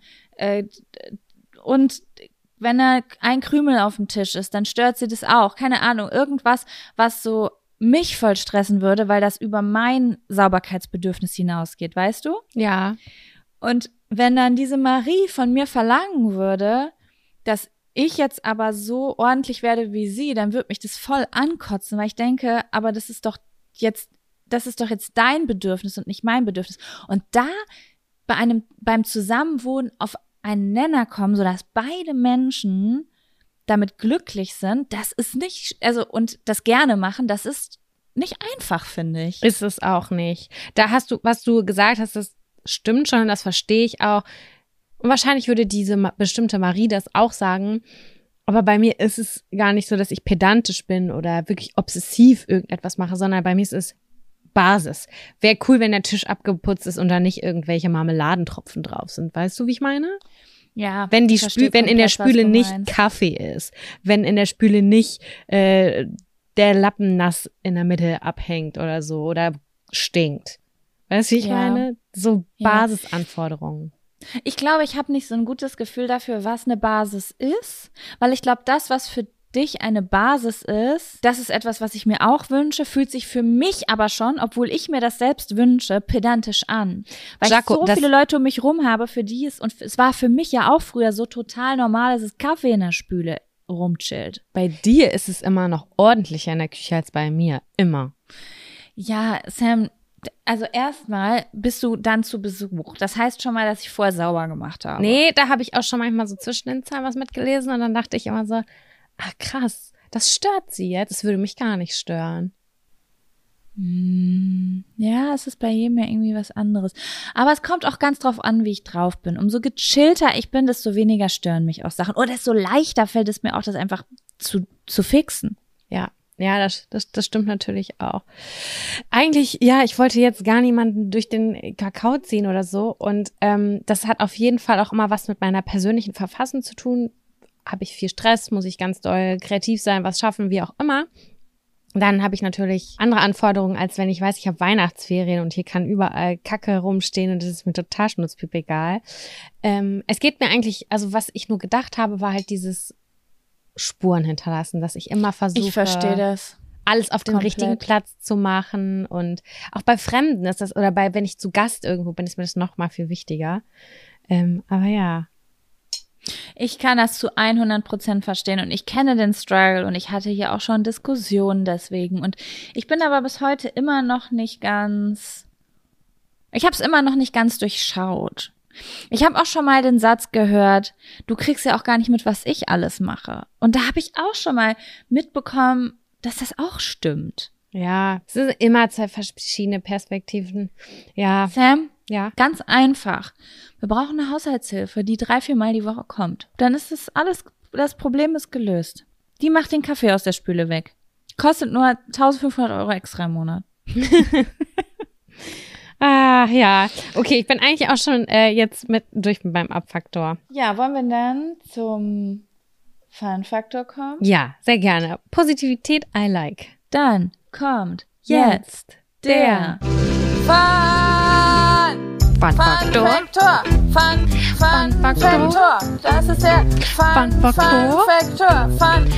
und wenn da ein Krümel auf dem Tisch ist, dann stört sie das auch. Keine Ahnung, irgendwas, was so mich voll stressen würde, weil das über mein Sauberkeitsbedürfnis hinausgeht, weißt du? Ja. Und wenn dann diese Marie von mir verlangen würde, dass ich jetzt aber so ordentlich werde wie sie, dann würde mich das voll ankotzen, weil ich denke, aber das ist doch jetzt dein Bedürfnis und nicht mein Bedürfnis. Und da beim Zusammenwohnen auf einen Nenner kommen, sodass beide Menschen damit glücklich sind, das ist nicht, und das gerne machen, das ist nicht einfach, finde ich. Ist es auch nicht. Da hast du, was du gesagt hast, das stimmt schon, das verstehe ich auch. Und wahrscheinlich würde diese bestimmte Marie das auch sagen. Aber bei mir ist es gar nicht so, dass ich pedantisch bin oder wirklich obsessiv irgendetwas mache, sondern bei mir ist es Basis. Wäre cool, wenn der Tisch abgeputzt ist und da nicht irgendwelche Marmeladentropfen drauf sind. Weißt du, wie ich meine? Ja. Wenn in der Spüle nicht Kaffee ist, wenn in der Spüle nicht der Lappen nass in der Mitte abhängt oder so oder stinkt. Weißt du, wie ich meine? So Basisanforderungen. Ich glaube, ich habe nicht so ein gutes Gefühl dafür, was eine Basis ist, weil ich glaube, das, was für dich eine Basis ist, das ist etwas, was ich mir auch wünsche, fühlt sich für mich aber schon, obwohl ich mir das selbst wünsche, pedantisch an. Weil Jaco, ich so viele Leute um mich rum habe, für die es, und es war für mich ja auch früher so total normal, dass es Kaffee in der Spüle rumchillt. Bei dir ist es immer noch ordentlicher in der Küche als bei mir. Immer. Ja, Sam, also erstmal bist du dann zu Besuch. Das heißt schon mal, dass ich vorher sauber gemacht habe. Nee, da habe ich auch schon manchmal so zwischen den Zeilen was mitgelesen und dann dachte ich immer so, ach krass, das stört sie jetzt. Das würde mich gar nicht stören. Ja, es ist bei jedem ja irgendwie was anderes. Aber es kommt auch ganz drauf an, wie ich drauf bin. Umso gechillter ich bin, desto weniger stören mich auch Sachen. Oder desto leichter fällt es mir auch, das einfach zu fixen. Ja, das stimmt natürlich auch. Eigentlich, ja, ich wollte jetzt gar niemanden durch den Kakao ziehen oder so. Und das hat auf jeden Fall auch immer was mit meiner persönlichen Verfassung zu tun. Habe ich viel Stress, muss ich ganz doll kreativ sein, was schaffen, wie auch immer. Dann habe ich natürlich andere Anforderungen, als wenn ich weiß, ich habe Weihnachtsferien und hier kann überall Kacke rumstehen und das ist mir total schnurzpiep egal. Es geht mir eigentlich, also was ich nur gedacht habe, war halt dieses Spuren hinterlassen, dass ich immer versuche, ich verstehe das, alles auf den richtigen Platz zu machen und auch bei Fremden ist das, oder wenn ich zu Gast irgendwo bin, ist mir das noch mal viel wichtiger. Aber ja. Ich kann das zu 100% verstehen und ich kenne den Struggle und ich hatte hier auch schon Diskussionen deswegen und ich bin aber bis heute immer noch nicht ganz, ich habe es immer noch nicht ganz durchschaut. Ich habe auch schon mal den Satz gehört, du kriegst ja auch gar nicht mit, was ich alles mache. Und da habe ich auch schon mal mitbekommen, dass das auch stimmt. Ja, es sind immer zwei verschiedene Perspektiven. Ja. Sam? Ja. Ganz einfach. Wir brauchen eine Haushaltshilfe, die 3-4 Mal die Woche kommt. Dann ist das Problem ist gelöst. Die macht den Kaffee aus der Spüle weg. Kostet nur 1.500 € extra im Monat. Ah, ja. Okay, ich bin eigentlich auch schon jetzt durch mit meinem Abfaktor. Ja, wollen wir dann zum Fun-Faktor kommen? Ja, sehr gerne. Positivität, I like. Dann kommt jetzt der Fun-Faktor. Fun-Faktor. Das ist der Fun-Faktor.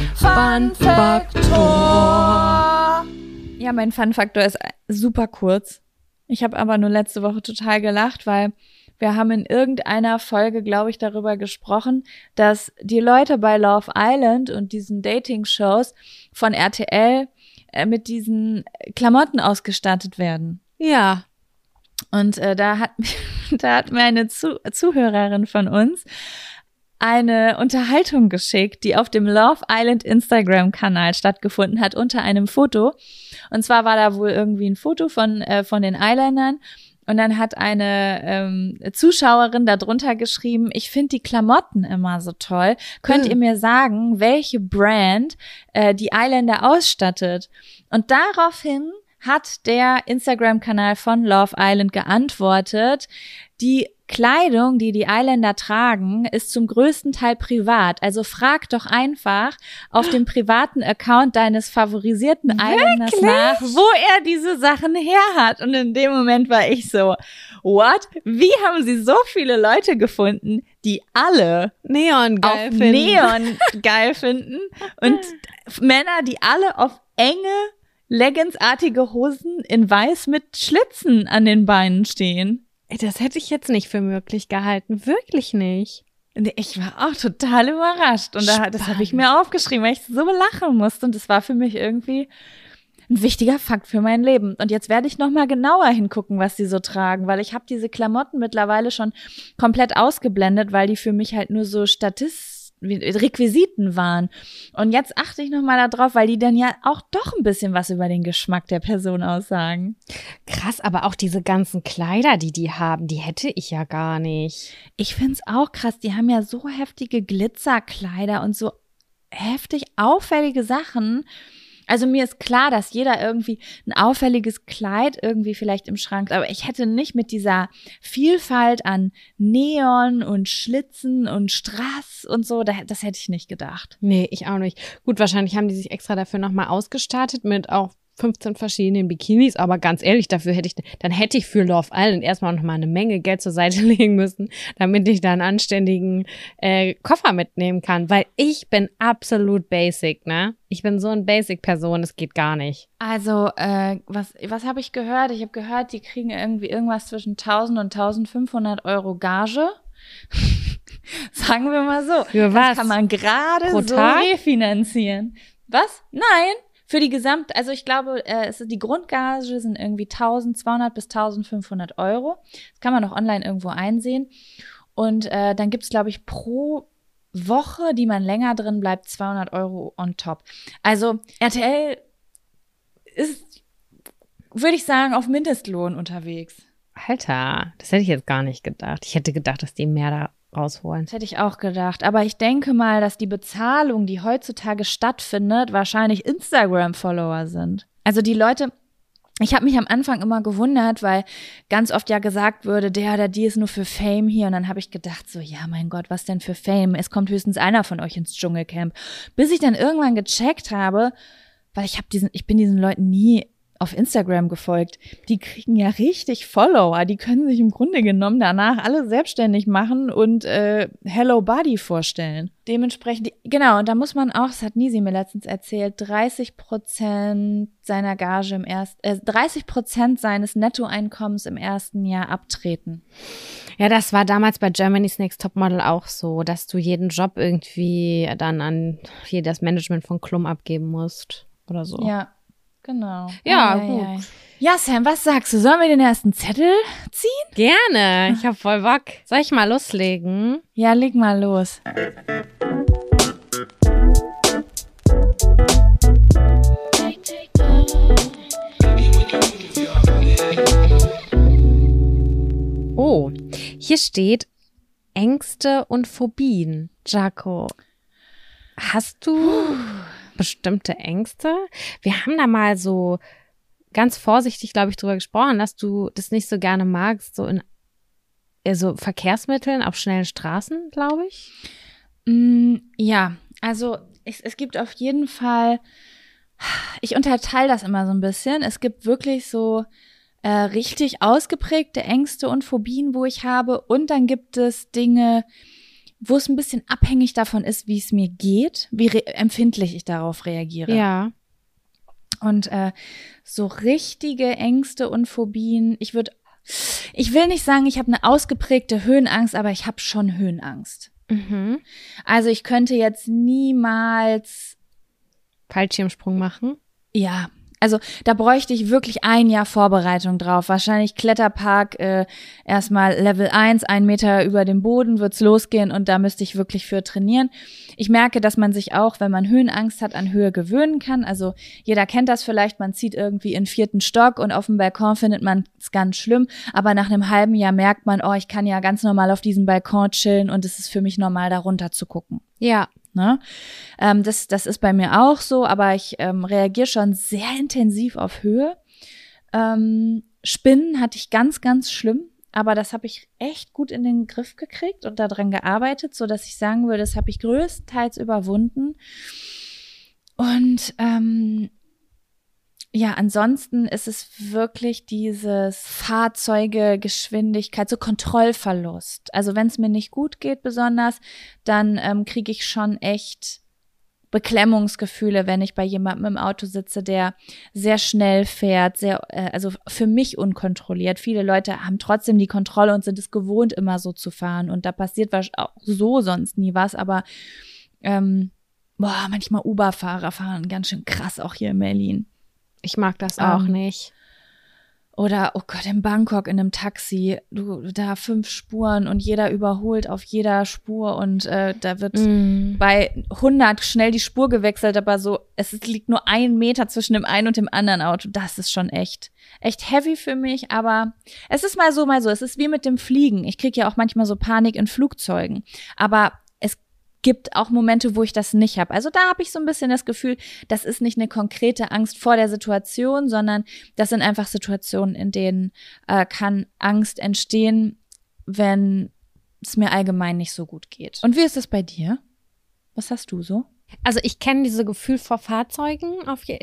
Fun-Faktor. Ja, mein Fun-Faktor ist super kurz. Ich habe aber nur letzte Woche total gelacht, weil wir haben in irgendeiner Folge, glaube ich, darüber gesprochen, dass die Leute bei Love Island und diesen Dating-Shows von RTL mit diesen Klamotten ausgestattet werden. Ja. Und da hat mir eine Zuhörerin von uns eine Unterhaltung geschickt, die auf dem Love Island Instagram-Kanal stattgefunden hat, unter einem Foto. Und zwar war da wohl irgendwie ein Foto von den Islandern. Und dann hat eine Zuschauerin darunter geschrieben, ich finde die Klamotten immer so toll. Könnt ihr mir sagen, welche Brand die Islander ausstattet? Und daraufhin hat der Instagram-Kanal von Love Island geantwortet, die Kleidung, die die Islander tragen, ist zum größten Teil privat. Also frag doch einfach auf dem privaten Account deines favorisierten Islanders nach, wo er diese Sachen her hat. Und in dem Moment war ich so, what? Wie haben sie so viele Leute gefunden, die alle Neon geil finden? Neon geil finden und Männer, die alle auf enge Leggings-artige Hosen in weiß mit Schlitzen an den Beinen stehen. Das hätte ich jetzt nicht für möglich gehalten. Wirklich nicht. Ich war auch total überrascht. Und das habe ich mir aufgeschrieben, weil ich so lachen musste. Und das war für mich irgendwie ein wichtiger Fakt für mein Leben. Und jetzt werde ich noch mal genauer hingucken, was sie so tragen. Weil ich habe diese Klamotten mittlerweile schon komplett ausgeblendet, weil die für mich halt nur so Requisiten waren. Und jetzt achte ich nochmal darauf, weil die dann ja auch doch ein bisschen was über den Geschmack der Person aussagen. Krass, aber auch diese ganzen Kleider, die haben, die hätte ich ja gar nicht. Ich find's auch krass, die haben ja so heftige Glitzerkleider und so heftig auffällige Sachen. Also mir ist klar, dass jeder irgendwie ein auffälliges Kleid irgendwie vielleicht im Schrank hat, aber ich hätte nicht mit dieser Vielfalt an Neon und Schlitzen und Strass und so, das hätte ich nicht gedacht. Nee, ich auch nicht. Gut, wahrscheinlich haben die sich extra dafür nochmal ausgestattet mit auch 15 verschiedenen Bikinis, aber ganz ehrlich, dann hätte ich für Love Island erstmal noch mal eine Menge Geld zur Seite legen müssen, damit ich da einen anständigen Koffer mitnehmen kann, weil ich bin absolut basic, ne? Ich bin so eine Basic-Person, es geht gar nicht. Also, was habe ich gehört? Ich habe gehört, die kriegen irgendwie irgendwas zwischen 1.000 und 1.500 Euro Gage. Sagen wir mal so. Für was? Das kann man gerade so Tag? refinanzieren. Was? Nein. Für die also ich glaube, die Grundgage sind irgendwie 1.200 bis 1.500 Euro. Das kann man auch online irgendwo einsehen. Und dann gibt's, glaube ich, pro Woche, die man länger drin bleibt, 200 Euro on top. Also RTL ist, würde ich sagen, auf Mindestlohn unterwegs. Alter, das hätte ich jetzt gar nicht gedacht. Ich hätte gedacht, dass die mehr da rausholen. Das hätte ich auch gedacht. Aber ich denke mal, dass die Bezahlung, die heutzutage stattfindet, wahrscheinlich Instagram-Follower sind. Also die Leute, ich habe mich am Anfang immer gewundert, weil ganz oft ja gesagt wurde, der oder die ist nur für Fame hier. Und dann habe ich gedacht so, ja mein Gott, was denn für Fame? Es kommt höchstens einer von euch ins Dschungelcamp. Bis ich dann irgendwann gecheckt habe, weil ich bin diesen Leuten nie auf Instagram gefolgt. Die kriegen ja richtig Follower. Die können sich im Grunde genommen danach alle selbstständig machen und Hello Body vorstellen. Dementsprechend, genau, und da muss man auch, das hat Nisi mir letztens erzählt, 30% seiner Gage 30% seines Nettoeinkommens im ersten Jahr abtreten. Ja, das war damals bei Germany's Next Topmodel auch so, dass du jeden Job irgendwie dann an hier das Management von Klum abgeben musst oder so. Ja. Genau. Ja, gut. Ja, Sam, was sagst du? Sollen wir den ersten Zettel ziehen? Gerne, ich hab voll Bock. Soll ich mal loslegen? Ja, leg mal los. Oh, hier steht Ängste und Phobien. Jaco, hast du bestimmte Ängste? Wir haben da mal so ganz vorsichtig, glaube ich, drüber gesprochen, dass du das nicht so gerne magst, so in so Verkehrsmitteln auf schnellen Straßen, glaube ich. Ja, also es gibt auf jeden Fall, ich unterteile das immer so ein bisschen. Es gibt wirklich so richtig ausgeprägte Ängste und Phobien, wo ich habe. Und dann gibt es Dinge, wo es ein bisschen abhängig davon ist, wie es mir geht, wie empfindlich ich darauf reagiere. Ja. Und so richtige Ängste und Phobien, ich will nicht sagen, ich habe eine ausgeprägte Höhenangst, aber ich habe schon Höhenangst. Mhm. Also ich könnte jetzt niemals Fallschirmsprung machen. Ja, also da bräuchte ich wirklich ein Jahr Vorbereitung drauf. Wahrscheinlich Kletterpark, erstmal Level 1, 1 Meter über dem Boden wird's losgehen und da müsste ich wirklich für trainieren. Ich merke, dass man sich auch, wenn man Höhenangst hat, an Höhe gewöhnen kann. Also jeder kennt das vielleicht, man zieht irgendwie in den 4. Stock und auf dem Balkon findet man es ganz schlimm. Aber nach einem halben Jahr merkt man, oh, ich kann ja ganz normal auf diesem Balkon chillen und es ist für mich normal, da runter zu gucken. Ja. Ne? Das ist bei mir auch so, aber ich reagiere schon sehr intensiv auf Höhe. Spinnen hatte ich ganz, ganz schlimm, aber das habe ich echt gut in den Griff gekriegt und daran gearbeitet, so dass ich sagen würde, das habe ich größtenteils überwunden. Und ja, ansonsten ist es wirklich dieses Fahrzeuge, Geschwindigkeit, so Kontrollverlust. Also wenn es mir nicht gut geht besonders, dann kriege ich schon echt Beklemmungsgefühle, wenn ich bei jemandem im Auto sitze, der sehr schnell fährt, also für mich unkontrolliert. Viele Leute haben trotzdem die Kontrolle und sind es gewohnt, immer so zu fahren. Und da passiert auch so sonst nie was, aber manchmal Uber-Fahrer fahren ganz schön krass, auch hier in Berlin. Ich mag das auch nicht. Oder, oh Gott, in Bangkok in einem Taxi, da 5 Spuren und jeder überholt auf jeder Spur und da wird bei 100 schnell die Spur gewechselt, aber so, es liegt nur 1 Meter zwischen dem einen und dem anderen Auto. Das ist schon echt heavy für mich, aber es ist mal so, mal so. Es ist wie mit dem Fliegen. Ich kriege ja auch manchmal so Panik in Flugzeugen, aber es gibt auch Momente, wo ich das nicht habe. Also da habe ich so ein bisschen das Gefühl, das ist nicht eine konkrete Angst vor der Situation, sondern das sind einfach Situationen, in denen kann Angst entstehen, wenn es mir allgemein nicht so gut geht. Und wie ist es bei dir? Was hast du so? Also ich kenne dieses Gefühl vor Fahrzeugen.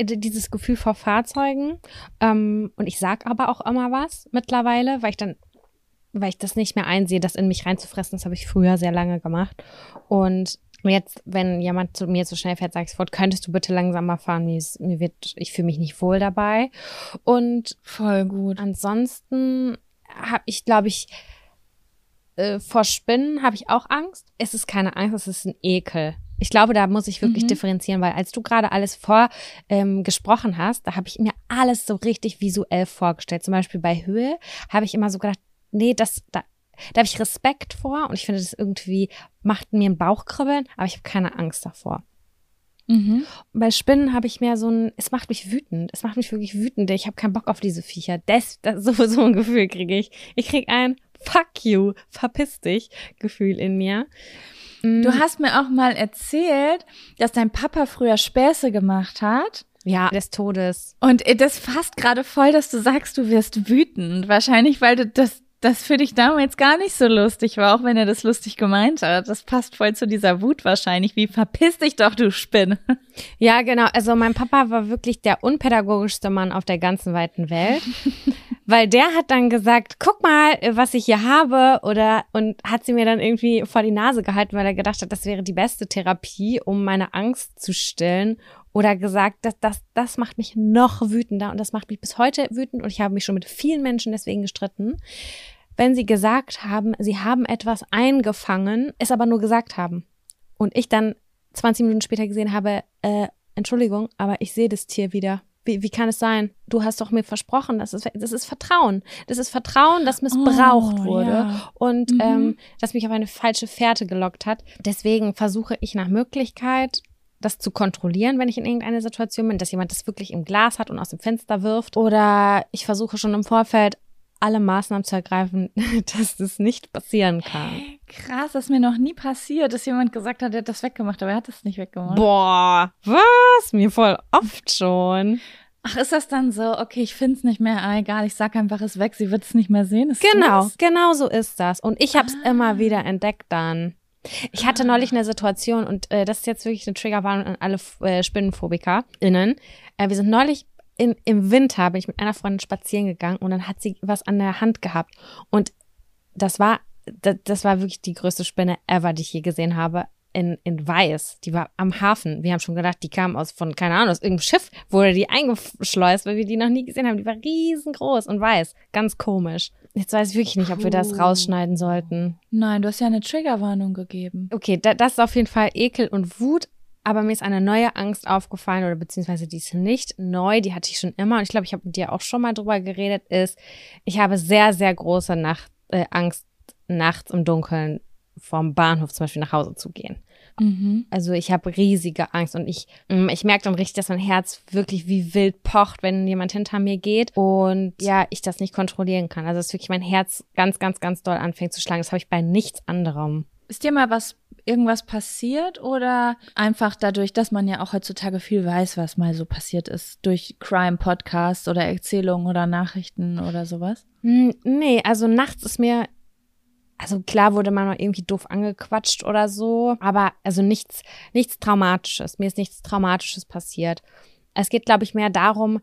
Und ich sag aber auch immer was mittlerweile, weil ich das nicht mehr einsehe, das in mich reinzufressen. Das habe ich früher sehr lange gemacht. Und jetzt, wenn jemand zu mir zu schnell fährt, sage ich sofort, könntest du bitte langsamer fahren? Ich fühle mich nicht wohl dabei. Und voll gut. Ansonsten habe ich, glaube ich, vor Spinnen habe ich auch Angst. Es ist keine Angst, es ist ein Ekel. Ich glaube, da muss ich wirklich differenzieren, weil als du gerade alles gesprochen hast, da habe ich mir alles so richtig visuell vorgestellt. Zum Beispiel bei Höhe habe ich immer so gedacht, nee, da habe ich Respekt vor und ich finde, das irgendwie macht mir einen Bauchkribbeln, aber ich habe keine Angst davor. Bei Spinnen habe ich mehr es macht mich wütend. Es macht mich wirklich wütend. Ich habe keinen Bock auf diese Viecher. So ein Gefühl kriege ich. Ich kriege ein Fuck you, verpiss dich Gefühl in mir. Du hast mir auch mal erzählt, dass dein Papa früher Späße gemacht hat. Ja, des Todes. Und das fasst gerade voll, dass du sagst, du wirst wütend. Wahrscheinlich, weil das für dich damals gar nicht so lustig war, auch wenn er das lustig gemeint hat. Das passt voll zu dieser Wut wahrscheinlich. Wie verpiss dich doch, du Spinne. Ja, genau. Also mein Papa war wirklich der unpädagogischste Mann auf der ganzen weiten Welt. Weil der hat dann gesagt, guck mal, was ich hier habe, und hat sie mir dann irgendwie vor die Nase gehalten, weil er gedacht hat, das wäre die beste Therapie, um meine Angst zu stillen. Oder gesagt, das macht mich noch wütender und das macht mich bis heute wütend und ich habe mich schon mit vielen Menschen deswegen gestritten, wenn sie gesagt haben, sie haben etwas eingefangen, es aber nur gesagt haben. Und ich dann 20 Minuten später gesehen habe, Entschuldigung, aber ich sehe das Tier wieder. Wie kann es sein? Du hast doch mir versprochen, das ist Vertrauen. Das ist Vertrauen, das missbraucht wurde und das mich auf eine falsche Fährte gelockt hat. Deswegen versuche ich nach Möglichkeit, das zu kontrollieren, wenn ich in irgendeiner Situation bin, dass jemand das wirklich im Glas hat und aus dem Fenster wirft. Oder ich versuche schon im Vorfeld alle Maßnahmen zu ergreifen, dass das nicht passieren kann. Hey, krass, das ist mir noch nie passiert, dass jemand gesagt hat, er hat das weggemacht, aber er hat es nicht weggemacht. Boah, was? Mir voll oft schon. Ach, ist das dann so, okay, ich find's nicht mehr, egal, ich sag einfach, es weg, sie wird es nicht mehr sehen? Genau so ist das. Und ich habe es immer wieder entdeckt dann. Ich hatte neulich eine Situation und das ist jetzt wirklich eine Triggerwarnung an alle SpinnenphobikerInnen. Wir sind neulich im Winter, bin ich mit einer Freundin spazieren gegangen und dann hat sie was an der Hand gehabt. Und das war wirklich die größte Spinne ever, die ich je gesehen habe. In weiß. Die war am Hafen. Wir haben schon gedacht, die kam aus irgendeinem Schiff, wurde die eingeschleust, weil wir die noch nie gesehen haben. Die war riesengroß und weiß. Ganz komisch. Jetzt weiß ich wirklich nicht, ob wir das rausschneiden sollten. Nein, du hast ja eine Triggerwarnung gegeben. Okay, das ist auf jeden Fall Ekel und Wut. Aber mir ist eine neue Angst aufgefallen, oder beziehungsweise die ist nicht neu, die hatte ich schon immer. Und ich glaube, ich habe mit dir auch schon mal drüber geredet, ich habe sehr, sehr große Angst, nachts im Dunkeln vom Bahnhof zum Beispiel nach Hause zu gehen. Also ich habe riesige Angst und ich merke dann richtig, dass mein Herz wirklich wie wild pocht, wenn jemand hinter mir geht und ja, ich das nicht kontrollieren kann. Also dass wirklich mein Herz ganz, ganz, ganz doll anfängt zu schlagen. Das habe ich bei nichts anderem. Ist dir mal irgendwas passiert oder einfach dadurch, dass man ja auch heutzutage viel weiß, was mal so passiert ist, durch Crime-Podcasts oder Erzählungen oder Nachrichten oder sowas? Nee, also nachts ist mir, also klar wurde man mal irgendwie doof angequatscht oder so, aber also nichts Traumatisches. Mir ist nichts Traumatisches passiert. Es geht, glaube ich, mehr darum,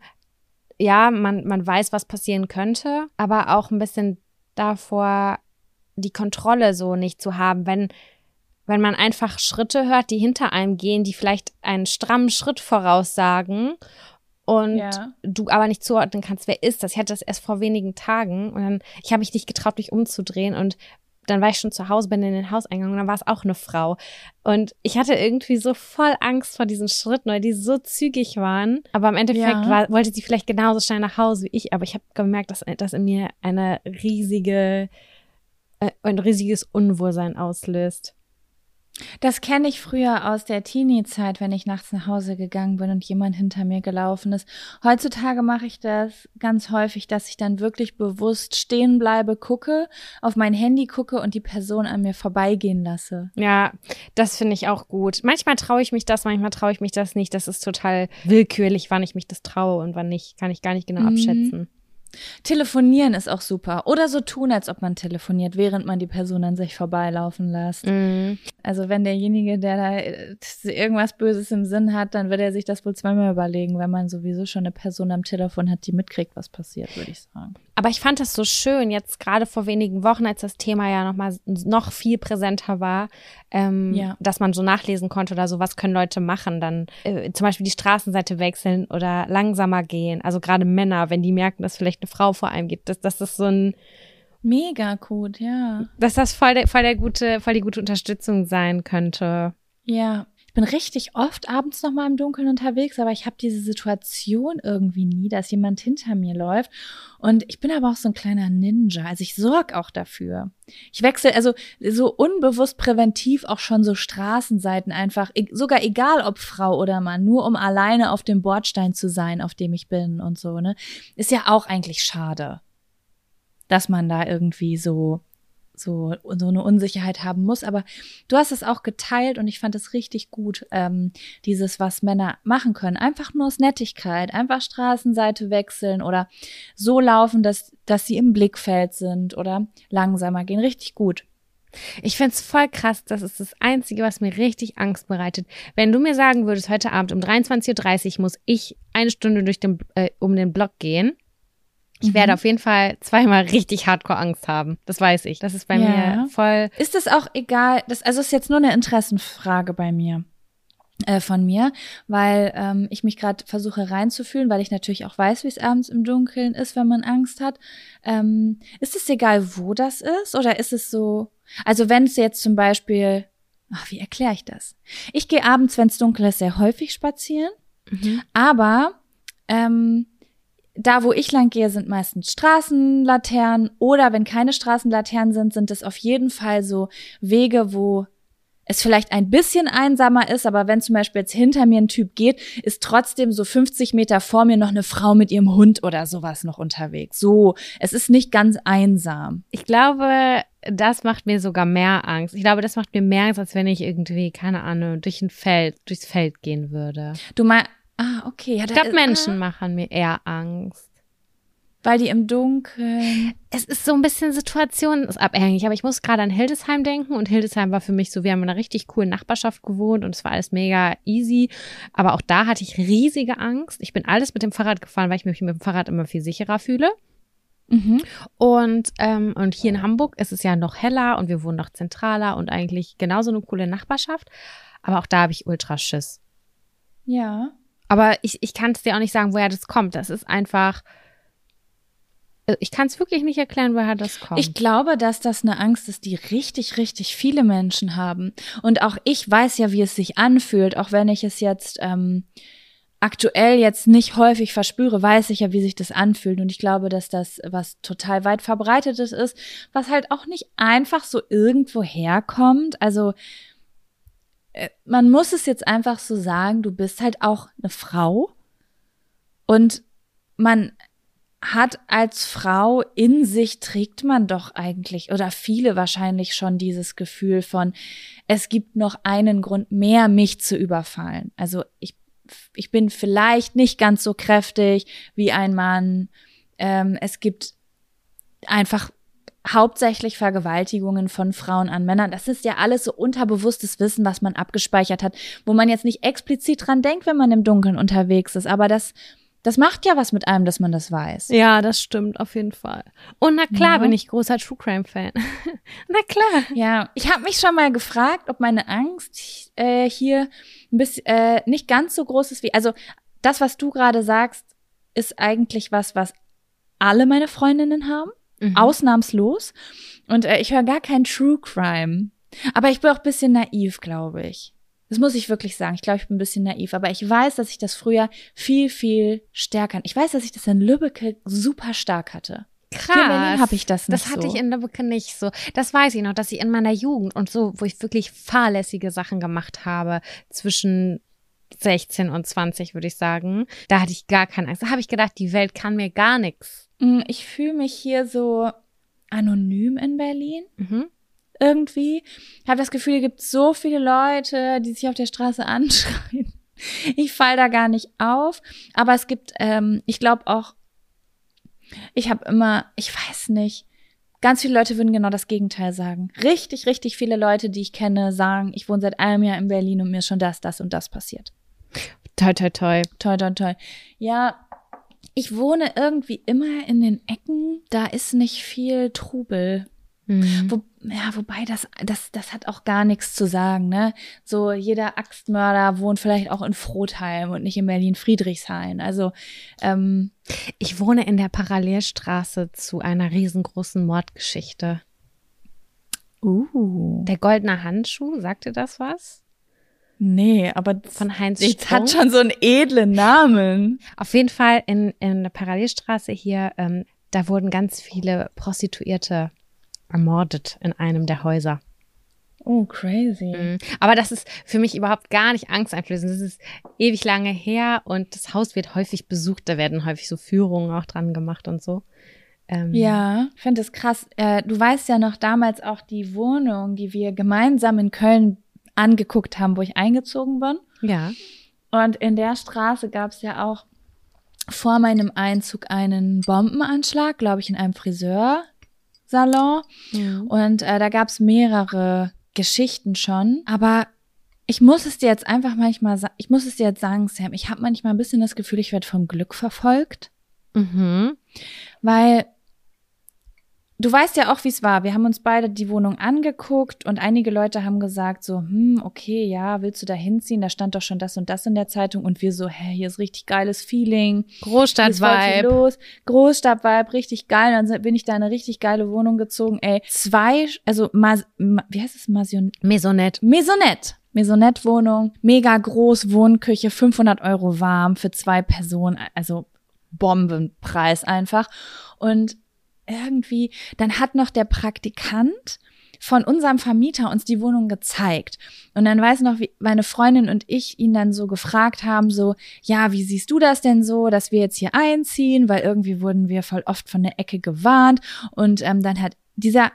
ja, man weiß, was passieren könnte, aber auch ein bisschen davor, die Kontrolle so nicht zu haben, wenn man einfach Schritte hört, die hinter einem gehen, die vielleicht einen strammen Schritt voraussagen und du aber nicht zuordnen kannst, wer ist das? Ich hatte das erst vor wenigen Tagen und dann, ich habe mich nicht getraut, mich umzudrehen und dann war ich schon zu Hause, bin in den Hauseingang und dann war es auch eine Frau. Und ich hatte irgendwie so voll Angst vor diesen Schritten, weil die so zügig waren. Aber im Endeffekt wollte sie vielleicht genauso schnell nach Hause wie ich. Aber ich habe gemerkt, dass in mir ein riesiges Unwohlsein auslöst. Das kenne ich früher aus der Teenie-Zeit, wenn ich nachts nach Hause gegangen bin und jemand hinter mir gelaufen ist. Heutzutage mache ich das ganz häufig, dass ich dann wirklich bewusst stehen bleibe, gucke, auf mein Handy gucke und die Person an mir vorbeigehen lasse. Ja, das finde ich auch gut. Manchmal traue ich mich das, manchmal traue ich mich das nicht. Das ist total willkürlich, wann ich mich das traue und wann nicht. Kann ich gar nicht genau abschätzen. Telefonieren ist auch super. Oder so tun, als ob man telefoniert, während man die Person an sich vorbeilaufen lässt. Also wenn derjenige, der da irgendwas Böses im Sinn hat, dann wird er sich das wohl zweimal überlegen, wenn man sowieso schon eine Person am Telefon hat, die mitkriegt, was passiert, würde ich sagen. Aber ich fand das so schön, jetzt gerade vor wenigen Wochen, als das Thema ja noch viel präsenter war, dass man so nachlesen konnte oder so, was können Leute machen, dann zum Beispiel die Straßenseite wechseln oder langsamer gehen. Also gerade Männer, wenn die merken, dass vielleicht eine Frau vor einem geht, dass das so ein mega gut, ja. Dass das voll die gute Unterstützung sein könnte. Ja. Ich bin richtig oft abends noch mal im Dunkeln unterwegs, aber ich habe diese Situation irgendwie nie, dass jemand hinter mir läuft. Und ich bin aber auch so ein kleiner Ninja. Also ich sorge auch dafür. Ich wechsle also so unbewusst präventiv auch schon so Straßenseiten einfach, sogar egal ob Frau oder Mann, nur um alleine auf dem Bordstein zu sein, auf dem ich bin und so, ne? Ist ja auch eigentlich schade, dass man da irgendwie so eine Unsicherheit haben muss, aber du hast es auch geteilt und ich fand es richtig gut, dieses, was Männer machen können, einfach nur aus Nettigkeit, einfach Straßenseite wechseln oder so laufen, dass sie im Blickfeld sind oder langsamer gehen, richtig gut. Ich find's voll krass, das ist das Einzige, was mir richtig Angst bereitet. Wenn du mir sagen würdest, heute Abend um 23:30 Uhr muss ich 1 Stunde um den Block gehen, ich werde auf jeden Fall zweimal richtig hardcore Angst haben. Das weiß ich. Das ist bei mir voll. Ist das auch egal? Also ist jetzt nur eine Interessenfrage bei mir, von mir, weil ich mich gerade versuche reinzufühlen, weil ich natürlich auch weiß, wie es abends im Dunkeln ist, wenn man Angst hat. Ist es egal, wo das ist? Oder ist es so, also wenn es jetzt zum Beispiel, wie erkläre ich das? Ich gehe abends, wenn es dunkel ist, sehr häufig spazieren, aber da, wo ich lang gehe, sind meistens Straßenlaternen oder wenn keine Straßenlaternen sind es auf jeden Fall so Wege, wo es vielleicht ein bisschen einsamer ist, aber wenn zum Beispiel jetzt hinter mir ein Typ geht, ist trotzdem so 50 Meter vor mir noch eine Frau mit ihrem Hund oder sowas noch unterwegs. So, es ist nicht ganz einsam. Ich glaube, das macht mir sogar mehr Angst. Ich glaube, das macht mir mehr Angst, als wenn ich irgendwie, keine Ahnung, durchs Feld gehen würde. Okay. Ja, ich glaube, Menschen machen mir eher Angst. Weil die im Dunkeln. Es ist so ein bisschen situationsabhängig, aber ich muss gerade an Hildesheim denken und Hildesheim war für mich so, wir haben in einer richtig coolen Nachbarschaft gewohnt und es war alles mega easy, aber auch da hatte ich riesige Angst. Ich bin alles mit dem Fahrrad gefahren, weil ich mich mit dem Fahrrad immer viel sicherer fühle. Und hier in Hamburg ist es ja noch heller und wir wohnen noch zentraler und eigentlich genauso eine coole Nachbarschaft, aber auch da habe ich ultra Schiss. Ja. Aber ich kann es dir auch nicht sagen, woher das kommt. Das ist einfach, ich kann es wirklich nicht erklären, woher das kommt. Ich glaube, dass das eine Angst ist, die richtig, richtig viele Menschen haben. Und auch ich weiß ja, wie es sich anfühlt, auch wenn ich es jetzt aktuell jetzt nicht häufig verspüre, weiß ich ja, wie sich das anfühlt. Und ich glaube, dass das was total weit verbreitetes ist, was halt auch nicht einfach so irgendwo herkommt. Also man muss es jetzt einfach so sagen, du bist halt auch eine Frau und man hat als Frau in sich, trägt man doch eigentlich oder viele wahrscheinlich schon dieses Gefühl von, es gibt noch einen Grund mehr, mich zu überfallen. Also ich bin vielleicht nicht ganz so kräftig wie ein Mann. Es gibt einfach hauptsächlich Vergewaltigungen von Frauen an Männern. Das ist ja alles so unterbewusstes Wissen, was man abgespeichert hat, wo man jetzt nicht explizit dran denkt, wenn man im Dunkeln unterwegs ist. Aber das macht ja was mit einem, dass man das weiß. Ja, das stimmt auf jeden Fall. Und na klar bin ich großer True Crime Fan. Na klar. Ja, ich habe mich schon mal gefragt, ob meine Angst hier ein bisschen nicht ganz so groß ist wie, also das, was du gerade sagst, ist eigentlich was alle meine Freundinnen haben. Ausnahmslos. Und ich höre gar kein True Crime. Aber ich bin auch ein bisschen naiv, glaube ich. Das muss ich wirklich sagen. Ich glaube, ich bin ein bisschen naiv. Aber ich weiß, dass ich das früher viel, viel stärker. Ich weiß, dass ich das in Lübbecke super stark hatte. Krass. Hier in Berlin habe ich das nicht so. Das hatte ich in Lübbecke nicht so. Das weiß ich noch, dass ich in meiner Jugend und so, wo ich wirklich fahrlässige Sachen gemacht habe, zwischen 16 und 20, würde ich sagen. Da hatte ich gar keine Angst. Da habe ich gedacht, die Welt kann mir gar nichts. Ich fühle mich hier so anonym in Berlin. Irgendwie. Ich habe das Gefühl, hier gibt es so viele Leute, die sich auf der Straße anschreien. Ich falle da gar nicht auf. Aber es gibt, ich glaube auch, Ich weiß nicht, ganz viele Leute würden genau das Gegenteil sagen. Richtig, richtig viele Leute, die ich kenne, sagen, ich wohne seit einem Jahr in Berlin und mir ist schon das und das passiert. Toi, toi, toi. Toi, toi, toi. Ja, ich wohne irgendwie immer in den Ecken, da ist nicht viel Trubel. Wobei das hat auch gar nichts zu sagen, ne? So, jeder Axtmörder wohnt vielleicht auch in Frotheim und nicht in Berlin-Friedrichshain. Also, ich wohne in der Parallelstraße zu einer riesengroßen Mordgeschichte. Der goldene Handschuh, sagt dir das was? Nee, aber von Heinz Strunk. Strunk. Hat schon so einen edlen Namen. Auf jeden Fall in der Parallelstraße hier, da wurden ganz viele Prostituierte ermordet in einem der Häuser. Oh, crazy. Aber das ist für mich überhaupt gar nicht angsteinflößend. Das ist ewig lange her und das Haus wird häufig besucht. Da werden häufig so Führungen auch dran gemacht und so. Ja, ich finde das krass. Du weißt ja noch damals auch die Wohnung, die wir gemeinsam in Köln angeguckt haben, wo ich eingezogen bin. Ja. Und in der Straße gab es ja auch vor meinem Einzug einen Bombenanschlag, glaube ich, in einem Friseursalon. Und da gab es mehrere Geschichten schon. Aber ich muss es dir jetzt sagen, Sam, ich habe manchmal ein bisschen das Gefühl, ich werde vom Glück verfolgt. Weil du weißt ja auch, wie es war. Wir haben uns beide die Wohnung angeguckt und einige Leute haben gesagt so, okay, ja, willst du da hinziehen? Da stand doch schon das und das in der Zeitung und wir so, hier ist richtig geiles Feeling. Großstadt-Vibe. Großstadt-Vibe, richtig geil. Dann bin ich da in eine richtig geile Wohnung gezogen. Wie heißt es? Maisonette-Wohnung, mega groß, Wohnküche, 500 € warm für 2 Personen, also Bombenpreis einfach. Und irgendwie, dann hat noch der Praktikant von unserem Vermieter uns die Wohnung gezeigt. Und dann weiß noch, wie meine Freundin und ich ihn dann so gefragt haben, so, ja, wie siehst du das denn so, dass wir jetzt hier einziehen? Weil irgendwie wurden wir voll oft von der Ecke gewarnt. Und dann hat dieser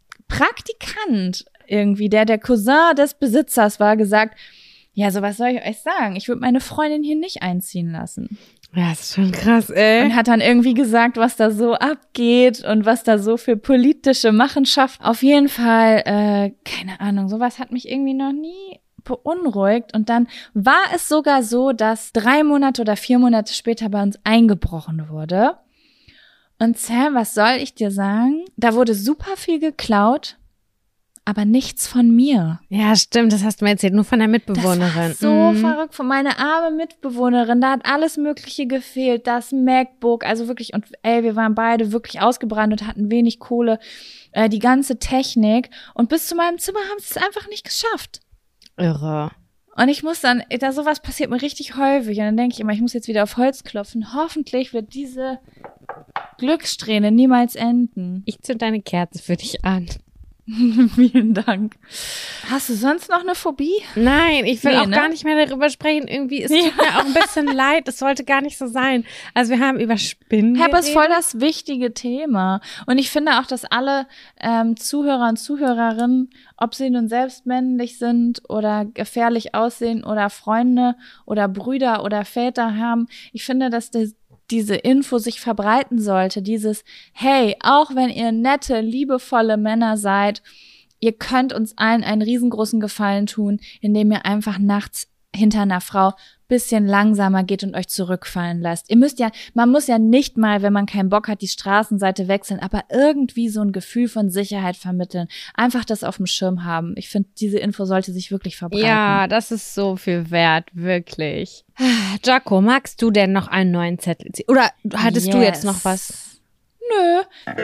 Praktikant irgendwie, der Cousin des Besitzers war, gesagt, ja, so was soll ich euch sagen? Ich würde meine Freundin hier nicht einziehen lassen. Ja, das ist schon krass, ey. Und hat dann irgendwie gesagt, was da so abgeht und was da so für politische Machenschaft. Auf jeden Fall, keine Ahnung, sowas hat mich irgendwie noch nie beunruhigt. Und dann war es sogar so, dass 3 Monate oder 4 Monate später bei uns eingebrochen wurde. Und Sam, was soll ich dir sagen? Da wurde super viel geklaut, aber nichts von mir. Ja, stimmt, das hast du mir erzählt, nur von der Mitbewohnerin. Das war so verrückt, von meiner armen Mitbewohnerin, da hat alles Mögliche gefehlt, das MacBook, also wirklich, und wir waren beide wirklich ausgebrannt und hatten wenig Kohle, die ganze Technik, und bis zu meinem Zimmer haben sie es einfach nicht geschafft. Irre. Und ich muss dann, sowas passiert mir richtig häufig, und dann denke ich immer, ich muss jetzt wieder auf Holz klopfen, hoffentlich wird diese Glückssträhne niemals enden. Ich zünd deine Kerze für dich an. Vielen Dank. Hast du sonst noch eine Phobie? Nein, ich will gar nicht mehr darüber sprechen. Irgendwie, es tut mir auch ein bisschen leid. Es sollte gar nicht so sein. Also wir haben über Spinnen geredet. Aber es ist voll das wichtige Thema. Und ich finde auch, dass alle Zuhörer und Zuhörerinnen, ob sie nun selbst männlich sind oder gefährlich aussehen oder Freunde oder Brüder oder Väter haben, ich finde, dass diese Info sich verbreiten sollte, dieses, hey, auch wenn ihr nette, liebevolle Männer seid, ihr könnt uns allen einen riesengroßen Gefallen tun, indem ihr einfach nachts hinter einer Frau bisschen langsamer geht und euch zurückfallen lasst. Man muss ja nicht mal, wenn man keinen Bock hat, die Straßenseite wechseln, aber irgendwie so ein Gefühl von Sicherheit vermitteln. Einfach das auf dem Schirm haben. Ich finde, diese Info sollte sich wirklich verbreiten. Ja, das ist so viel wert, wirklich. Jaco, magst du denn noch einen neuen Zettel ziehen? Oder hattest du jetzt noch was? Nö.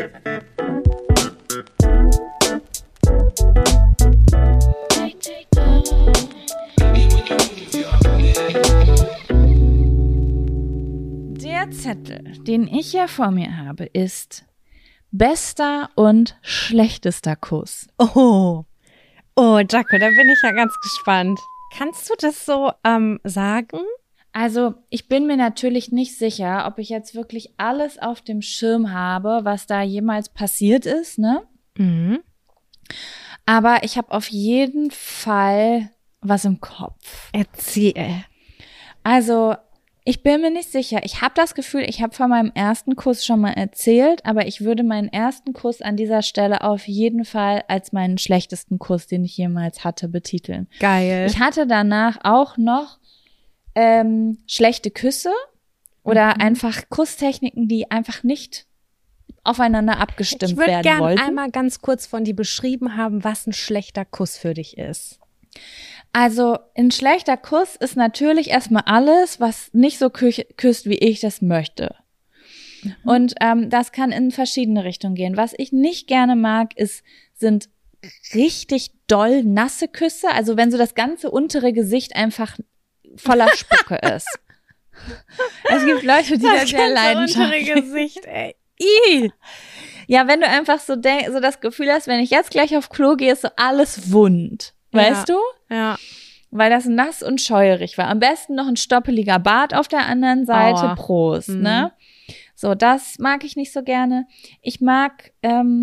Der Zettel, den ich hier vor mir habe, ist bester und schlechtester Kuss. Oh, Jaco, da bin ich ja ganz gespannt. Kannst du das so sagen? Also, ich bin mir natürlich nicht sicher, ob ich jetzt wirklich alles auf dem Schirm habe, was da jemals passiert ist, ne? Mhm. Aber ich habe auf jeden Fall was im Kopf. Erzähl. Also, Ich bin mir nicht sicher. Ich habe das Gefühl, ich habe von meinem ersten Kuss schon mal erzählt, aber ich würde meinen ersten Kuss an dieser Stelle auf jeden Fall als meinen schlechtesten Kuss, den ich jemals hatte, betiteln. Geil. Ich hatte danach auch noch schlechte Küsse oder einfach Kusstechniken, die einfach nicht aufeinander abgestimmt werden wollten. Ich würde gerne einmal ganz kurz von dir beschrieben haben, was ein schlechter Kuss für dich ist. Also ein schlechter Kuss ist natürlich erstmal alles, was nicht so küsst, wie ich das möchte. Und das kann in verschiedene Richtungen gehen. Was ich nicht gerne mag, sind richtig doll nasse Küsse. Also wenn so das ganze untere Gesicht einfach voller Spucke ist. Es gibt Leute, die das sehr leidenschaftlich. Das untere Gesicht, ey. Ja, wenn du einfach so das Gefühl hast, wenn ich jetzt gleich auf Klo gehe, ist so alles wund. Weißt du? Ja. Weil das nass und scheurig war. Am besten noch ein stoppeliger Bart auf der anderen Seite. Aua. Prost, ne? So, das mag ich nicht so gerne. Ich mag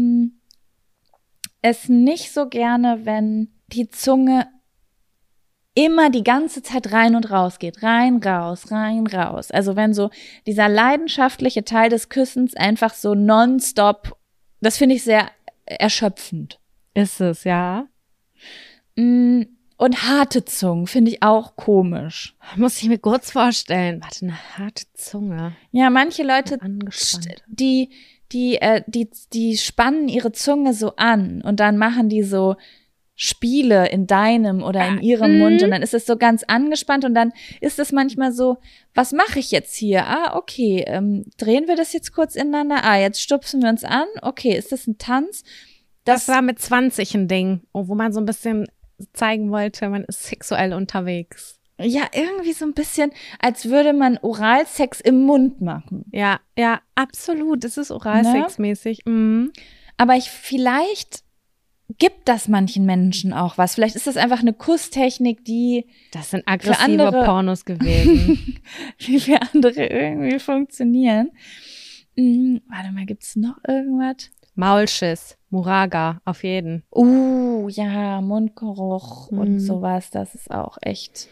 es nicht so gerne, wenn die Zunge immer die ganze Zeit rein und raus geht. Rein, raus, rein, raus. Also wenn so dieser leidenschaftliche Teil des Küssens einfach so nonstop, das finde ich sehr erschöpfend. Ist es, ja. Und harte Zungen finde ich auch komisch. Muss ich mir kurz vorstellen. Warte, eine harte Zunge. Ja, manche Leute, die spannen ihre Zunge so an und dann machen die so Spiele in deinem oder in ihrem Mund und dann ist es so ganz angespannt und dann ist es manchmal so, was mache ich jetzt hier? Okay, drehen wir das jetzt kurz ineinander? Jetzt stupsen wir uns an? Okay, ist das ein Tanz? Das war mit 20 ein Ding, wo man so ein bisschen zeigen wollte, man ist sexuell unterwegs. Ja, irgendwie so ein bisschen, als würde man Oralsex im Mund machen. Ja, absolut, es ist Oralsex-mäßig. Mhm. Aber vielleicht gibt das manchen Menschen auch was. Vielleicht ist das einfach eine Kusstechnik, die das sind aggressive Pornos gewesen. die für andere irgendwie funktionieren. Warte mal, gibt's noch irgendwas? Maulschiss, Muraga, auf jeden. Ja, Mundgeruch und sowas, das ist auch echt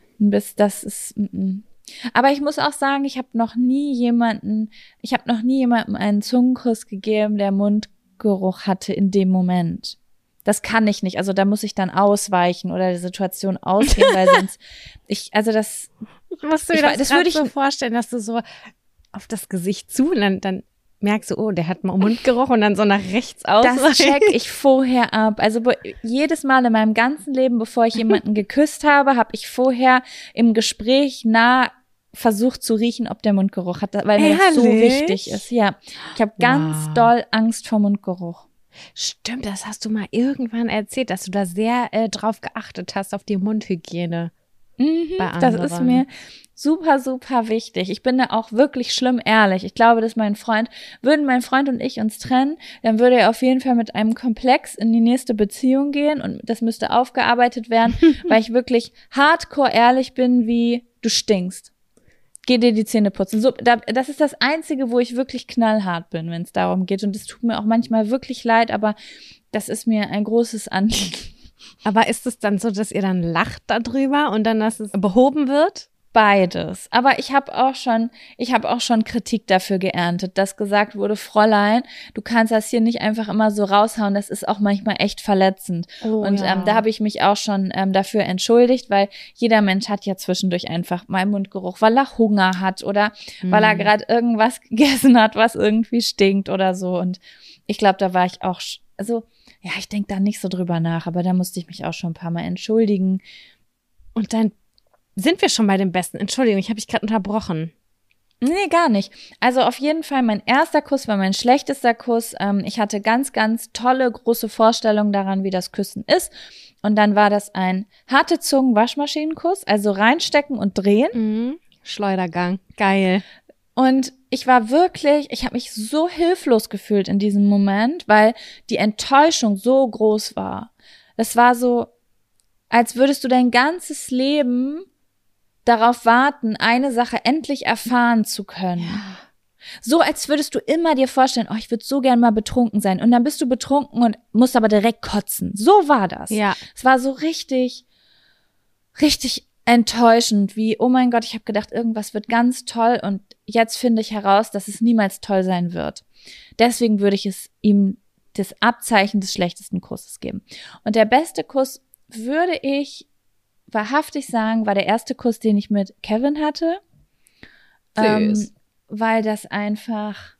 Aber ich muss auch sagen, ich habe noch nie jemandem einen Zungenkuss gegeben, der Mundgeruch hatte in dem Moment. Das kann ich nicht. Also da muss ich dann ausweichen oder die Situation ausgehen, weil sonst das musst du dir das würde ich so vorstellen, dass du so auf das Gesicht zu und dann merkst du, der hat mal Mundgeruch und dann so nach rechts ausweichen. Das check ich vorher ab. Also jedes Mal in meinem ganzen Leben, bevor ich jemanden geküsst habe, habe ich vorher im Gespräch versucht zu riechen, ob der Mundgeruch hat, weil mir das so wichtig ist. Ja, ich habe ganz doll Angst vor Mundgeruch. Stimmt, das hast du mal irgendwann erzählt, dass du da sehr drauf geachtet hast, auf die Mundhygiene. Das ist mir super, super wichtig. Ich bin da auch wirklich schlimm ehrlich. Ich glaube, dass würden mein Freund und ich uns trennen, dann würde er auf jeden Fall mit einem Komplex in die nächste Beziehung gehen und das müsste aufgearbeitet werden, weil ich wirklich hardcore ehrlich bin, wie du stinkst. Geh dir die Zähne putzen. So, das ist das Einzige, wo ich wirklich knallhart bin, wenn es darum geht. Und es tut mir auch manchmal wirklich leid, aber das ist mir ein großes Anliegen. Aber ist es dann so, dass ihr dann lacht darüber und dann, dass es behoben wird? Beides. Aber ich habe auch schon Kritik dafür geerntet, dass gesagt wurde, Fräulein, du kannst das hier nicht einfach immer so raushauen, das ist auch manchmal echt verletzend. Da habe ich mich auch schon dafür entschuldigt, weil jeder Mensch hat ja zwischendurch einfach mal Mundgeruch, weil er Hunger hat oder weil er gerade irgendwas gegessen hat, was irgendwie stinkt oder so. Und ich glaube, da war ich auch, ich denke da nicht so drüber nach, aber da musste ich mich auch schon ein paar Mal entschuldigen. Und dann sind wir schon bei dem Besten? Entschuldigung, ich habe dich gerade unterbrochen. Nee, gar nicht. Also auf jeden Fall, mein erster Kuss war mein schlechtester Kuss. Ich hatte ganz, ganz tolle, große Vorstellungen daran, wie das Küssen ist. Und dann war das ein harte Zungen-Waschmaschinenkuss, also reinstecken und drehen. Schleudergang, geil. Und ich habe mich so hilflos gefühlt in diesem Moment, weil die Enttäuschung so groß war. Es war so, als würdest du dein ganzes Leben darauf warten, eine Sache endlich erfahren zu können. Ja. So, als würdest du immer dir vorstellen, ich würde so gern mal betrunken sein. Und dann bist du betrunken und musst aber direkt kotzen. So war das. Ja. Es war so richtig, richtig enttäuschend, wie, oh mein Gott, ich habe gedacht, irgendwas wird ganz toll und jetzt finde ich heraus, dass es niemals toll sein wird. Deswegen würde ich es ihm das Abzeichen des schlechtesten Kusses geben. Und der beste Kuss, würde ich wahrhaftig sagen, war der erste Kuss, den ich mit Kevin hatte. Weil das einfach,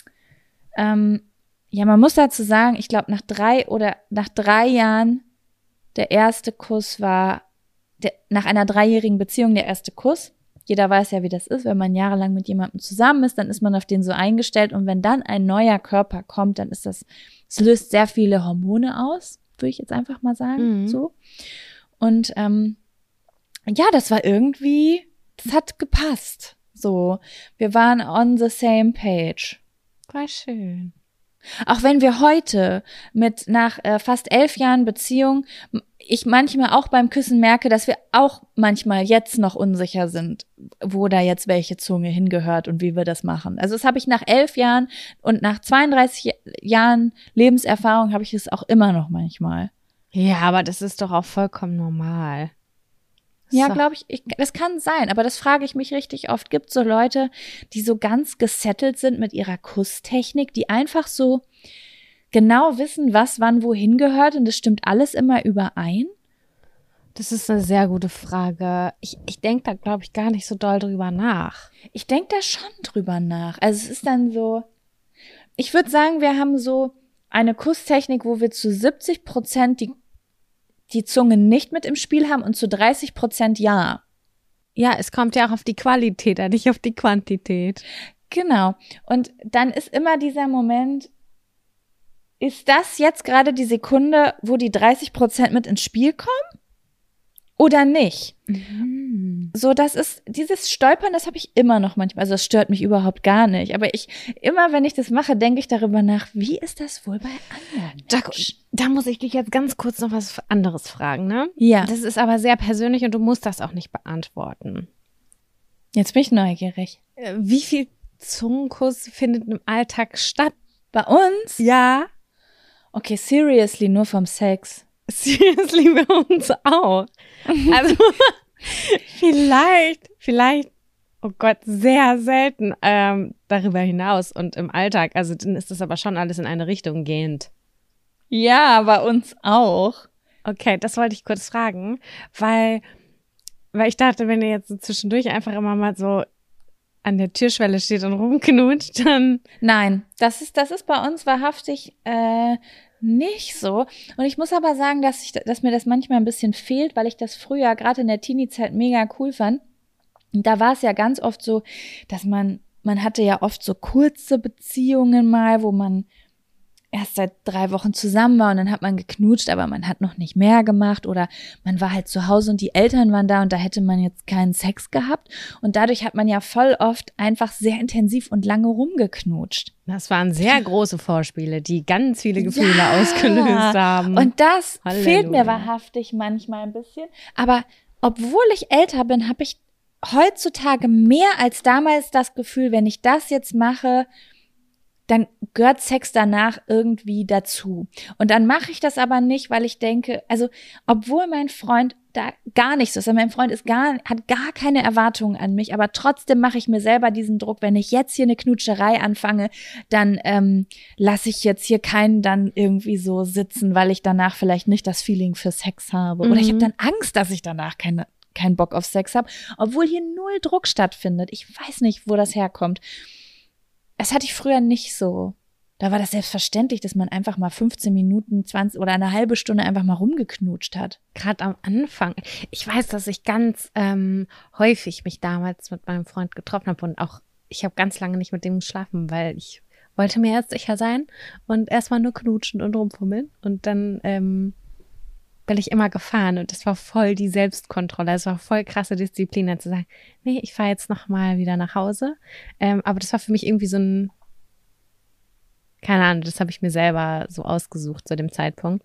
ja, man muss dazu sagen, ich glaube, nach 3 Jahren der erste Kuss war, nach einer 3-jährigen Beziehung der erste Kuss. Jeder weiß ja, wie das ist, wenn man jahrelang mit jemandem zusammen ist, dann ist man auf den so eingestellt und wenn dann ein neuer Körper kommt, dann ist es löst sehr viele Hormone aus, würde ich jetzt einfach mal sagen, so. Und ja, das war irgendwie, das hat gepasst, so. Wir waren on the same page. War schön. Auch wenn wir heute nach fast 11 Jahren Beziehung, ich manchmal auch beim Küssen merke, dass wir auch manchmal jetzt noch unsicher sind, wo da jetzt welche Zunge hingehört und wie wir das machen. Also das habe ich nach 11 Jahren und nach 32 Jahren Lebenserfahrung habe ich es auch immer noch manchmal. Ja, aber das ist doch auch vollkommen normal. Ja, glaube ich, das kann sein, aber das frage ich mich richtig oft. Gibt es so Leute, die so ganz gesettelt sind mit ihrer Kusstechnik, die einfach so genau wissen, was wann wohin gehört und das stimmt alles immer überein? Das ist eine sehr gute Frage. Ich denke da, glaube ich, gar nicht so doll drüber nach. Ich denke da schon drüber nach. Also es ist dann so, ich würde sagen, wir haben so eine Kusstechnik, wo wir zu 70% die Zunge nicht mit im Spiel haben und zu 30% ja. Ja, es kommt ja auch auf die Qualität an, nicht auf die Quantität. Genau. Und dann ist immer dieser Moment, ist das jetzt gerade die Sekunde, wo die 30% mit ins Spiel kommen? Oder nicht? So, das ist, dieses Stolpern, das habe ich immer noch manchmal, also das stört mich überhaupt gar nicht, aber immer wenn ich das mache, denke ich darüber nach, wie ist das wohl bei anderen? Da muss ich dich jetzt ganz kurz noch was anderes fragen, ne? Ja. Das ist aber sehr persönlich und du musst das auch nicht beantworten. Jetzt bin ich neugierig. Wie viel Zungenkuss findet im Alltag statt? Bei uns? Ja. Okay, seriously, nur vom Sex. Seriously, bei uns auch. Also vielleicht, oh Gott, sehr selten darüber hinaus und im Alltag. Also dann ist das aber schon alles in eine Richtung gehend. Ja, bei uns auch. Okay, das wollte ich kurz fragen, weil ich dachte, wenn ihr jetzt so zwischendurch einfach immer mal so an der Türschwelle steht und rumknutscht, dann... Nein, das ist bei uns wahrhaftig nicht so. Und ich muss aber sagen, dass mir das manchmal ein bisschen fehlt, weil ich das früher, gerade in der Teenie-Zeit, mega cool fand. Und da war es ja ganz oft so, dass man hatte ja oft so kurze Beziehungen mal, wo man erst seit 3 Wochen zusammen war und dann hat man geknutscht, aber man hat noch nicht mehr gemacht oder man war halt zu Hause und die Eltern waren da und da hätte man jetzt keinen Sex gehabt und dadurch hat man ja voll oft einfach sehr intensiv und lange rumgeknutscht. Das waren sehr große Vorspiele, die ganz viele Gefühle ausgelöst haben. Und das fehlt mir wahrhaftig manchmal ein bisschen, aber obwohl ich älter bin, habe ich heutzutage mehr als damals das Gefühl, wenn ich das jetzt mache, dann gehört Sex danach irgendwie dazu. Und dann mache ich das aber nicht, weil ich denke, also obwohl mein Freund da gar nicht so ist, mein Freund hat gar keine Erwartungen an mich, aber trotzdem mache ich mir selber diesen Druck, wenn ich jetzt hier eine Knutscherei anfange, dann lasse ich jetzt hier keinen dann irgendwie so sitzen, weil ich danach vielleicht nicht das Feeling für Sex habe. Oder ich habe dann Angst, dass ich danach keinen Bock auf Sex habe, obwohl hier null Druck stattfindet. Ich weiß nicht, wo das herkommt. Das hatte ich früher nicht so. Da war das selbstverständlich, dass man einfach mal 15 Minuten, 20 oder eine halbe Stunde einfach mal rumgeknutscht hat. Gerade am Anfang. Ich weiß, dass ich ganz häufig mich damals mit meinem Freund getroffen habe und auch, ich habe ganz lange nicht mit dem geschlafen, weil ich wollte mir erst sicher sein und erstmal nur knutschen und rumfummeln und dann bin ich immer gefahren und das war voll die Selbstkontrolle. Es war voll krasse Disziplin, dann zu sagen, nee, ich fahre jetzt nochmal wieder nach Hause. Aber das war für mich irgendwie so ein, keine Ahnung, das habe ich mir selber so ausgesucht zu dem Zeitpunkt.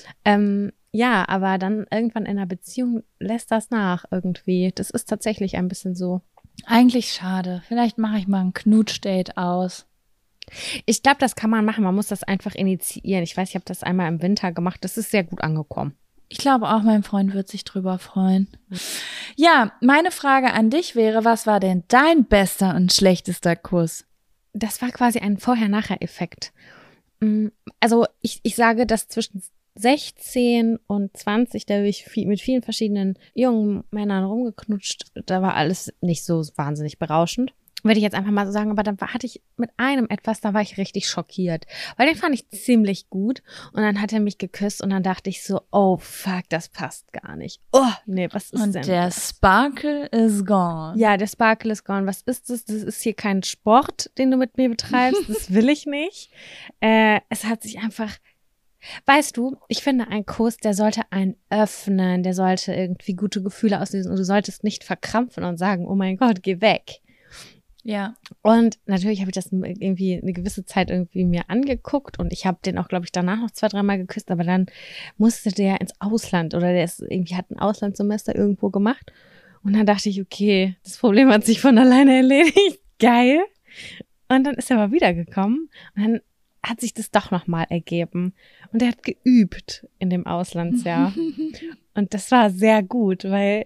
Ja, aber dann irgendwann in einer Beziehung lässt das nach irgendwie. Das ist tatsächlich ein bisschen so. Eigentlich schade. Vielleicht mache ich mal ein Knutschdate aus. Ich glaube, das kann man machen. Man muss das einfach initiieren. Ich weiß, ich habe das einmal im Winter gemacht. Das ist sehr gut angekommen. Ich glaube auch, mein Freund wird sich drüber freuen. Ja, meine Frage an dich wäre, was war denn dein bester und schlechtester Kuss? Das war quasi ein Vorher-Nachher-Effekt. Also ich sage, dass zwischen 16 und 20, da habe ich mit vielen verschiedenen jungen Männern rumgeknutscht. Da war alles nicht so wahnsinnig berauschend. Würde ich jetzt einfach mal so sagen, aber dann hatte ich mit einem etwas, da war ich richtig schockiert. Weil den fand ich ziemlich gut und dann hat er mich geküsst und dann dachte ich so, oh fuck, das passt gar nicht. Oh, nee, was ist und denn Und der das? Sparkle is gone. Ja, der Sparkle is gone. Was ist das? Das ist hier kein Sport, den du mit mir betreibst. Das will ich nicht. Es hat sich einfach... Weißt du, ich finde, ein Kuss, der sollte einen öffnen, der sollte irgendwie gute Gefühle auslösen und du solltest nicht verkrampfen und sagen, oh mein Gott, geh weg. Ja. Und natürlich habe ich das irgendwie eine gewisse Zeit irgendwie mir angeguckt und ich habe den auch, glaube ich, danach noch 2-3 Mal geküsst, aber dann musste der ins Ausland oder der ist irgendwie hat ein Auslandssemester irgendwo gemacht und dann dachte ich, okay, das Problem hat sich von alleine erledigt, geil. Und dann ist er aber wiedergekommen und dann hat sich das doch nochmal ergeben und er hat geübt in dem Auslandsjahr und das war sehr gut, weil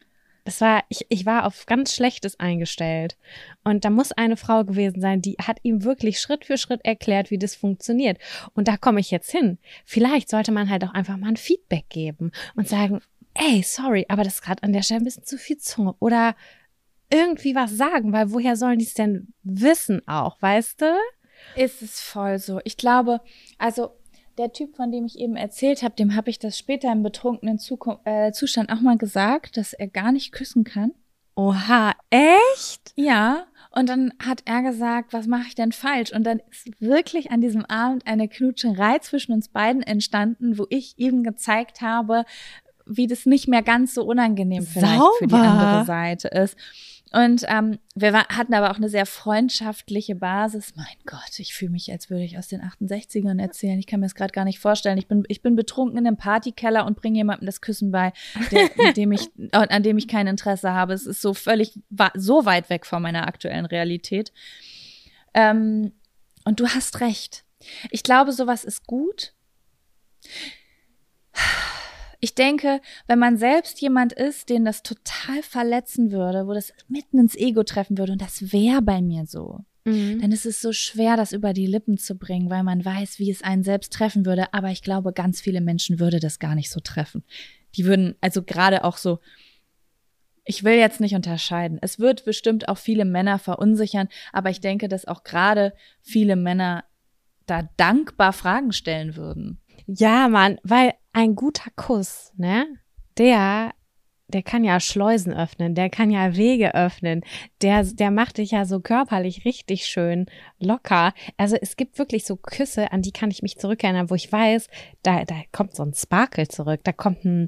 ich war auf ganz Schlechtes eingestellt. Und da muss eine Frau gewesen sein, die hat ihm wirklich Schritt für Schritt erklärt, wie das funktioniert. Und da komme ich jetzt hin. Vielleicht sollte man halt auch einfach mal ein Feedback geben und sagen, ey, sorry, aber das ist gerade an der Stelle ein bisschen zu viel Zunge. Oder irgendwie was sagen, weil woher sollen die es denn wissen auch, weißt du? Ist es voll so. Ich glaube, also der Typ, von dem ich eben erzählt habe, dem habe ich das später im betrunkenen Zustand auch mal gesagt, dass er gar nicht küssen kann. Oha, echt? Ja, und dann hat er gesagt, was mache ich denn falsch? Und dann ist wirklich an diesem Abend eine Knutscherei zwischen uns beiden entstanden, wo ich ihm gezeigt habe, wie das nicht mehr ganz so unangenehm vielleicht für die andere Seite ist. Und wir hatten aber auch eine sehr freundschaftliche Basis. Mein Gott, ich fühle mich, als würde ich aus den 68ern erzählen. Ich kann mir das gerade gar nicht vorstellen. Ich bin betrunken in einem Partykeller und bringe jemandem das Küssen bei, an dem ich kein Interesse habe. Es ist so völlig so weit weg von meiner aktuellen Realität. Und du hast recht. Ich glaube, sowas ist gut. Ich denke, wenn man selbst jemand ist, den das total verletzen würde, wo das mitten ins Ego treffen würde, und das wäre bei mir so, dann ist es so schwer, das über die Lippen zu bringen, weil man weiß, wie es einen selbst treffen würde. Aber ich glaube, ganz viele Menschen würde das gar nicht so treffen. Die würden, also gerade auch so, ich will jetzt nicht unterscheiden. Es wird bestimmt auch viele Männer verunsichern, aber ich denke, dass auch gerade viele Männer da dankbar Fragen stellen würden. Ja, Mann, weil ein guter Kuss, ne, der kann ja Schleusen öffnen, der kann ja Wege öffnen, der macht dich ja so körperlich richtig schön locker. Also es gibt wirklich so Küsse, an die kann ich mich zurückerinnern, wo ich weiß, da kommt so ein Sparkle zurück, da kommt eine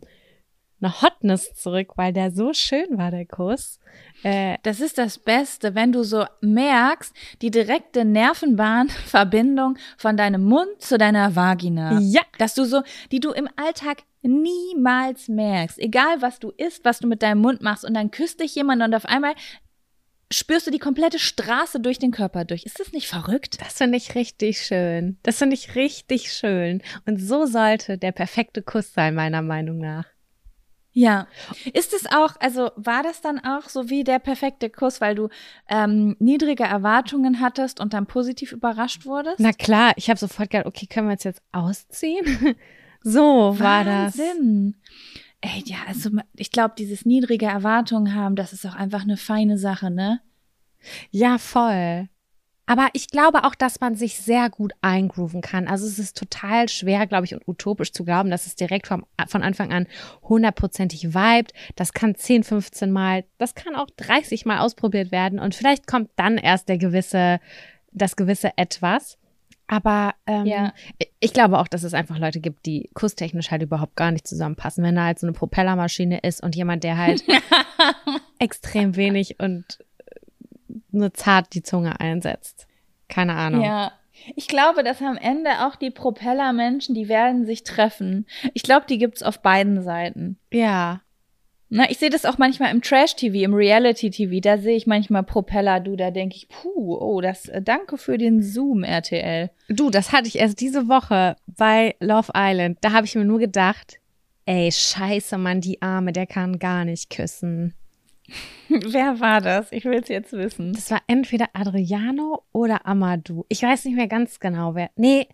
Hotness zurück, weil der so schön war, der Kuss. Das ist das Beste, wenn du so merkst, die direkte Nervenbahnverbindung von deinem Mund zu deiner Vagina. Ja. Dass du so, die du im Alltag niemals merkst. Egal, was du isst, was du mit deinem Mund machst und dann küsst dich jemand und auf einmal spürst du die komplette Straße durch den Körper durch. Ist das nicht verrückt? Das finde ich richtig schön. Das finde ich richtig schön. Und so sollte der perfekte Kuss sein, meiner Meinung nach. Ja. Ist es auch, also war das dann auch so wie der perfekte Kuss, weil du niedrige Erwartungen hattest und dann positiv überrascht wurdest? Na klar, ich habe sofort gedacht, okay, können wir uns jetzt ausziehen? So war das. Wahnsinn. Ey, ja, also ich glaube, dieses niedrige Erwartungen haben, das ist auch einfach eine feine Sache, ne? Ja, voll. Aber ich glaube auch, dass man sich sehr gut eingrooven kann. Also es ist total schwer, glaube ich, und utopisch zu glauben, dass es direkt von Anfang an 100%ig vibet. Das kann 10, 15 Mal, das kann auch 30 Mal ausprobiert werden und vielleicht kommt dann erst das gewisse Etwas. Aber ich glaube auch, dass es einfach Leute gibt, die kusstechnisch halt überhaupt gar nicht zusammenpassen. Wenn da halt so eine Propellermaschine ist und jemand, der halt extrem wenig und nur zart die Zunge einsetzt. Keine Ahnung. Ja, ich glaube, dass am Ende auch die Propellermenschen, die werden sich treffen. Ich glaube, die gibt's auf beiden Seiten. Ja. Na, ich sehe das auch manchmal im Trash-TV, im Reality-TV. Da sehe ich manchmal Propeller, da denke ich, danke für den Zoom, RTL. Du, das hatte ich erst diese Woche bei Love Island. Da habe ich mir nur gedacht, ey, scheiße, Mann, die Arme, der kann gar nicht küssen. Wer war das? Ich will es jetzt wissen. Das war entweder Adriano oder Amadou. Ich weiß nicht mehr ganz genau, wer. Nee,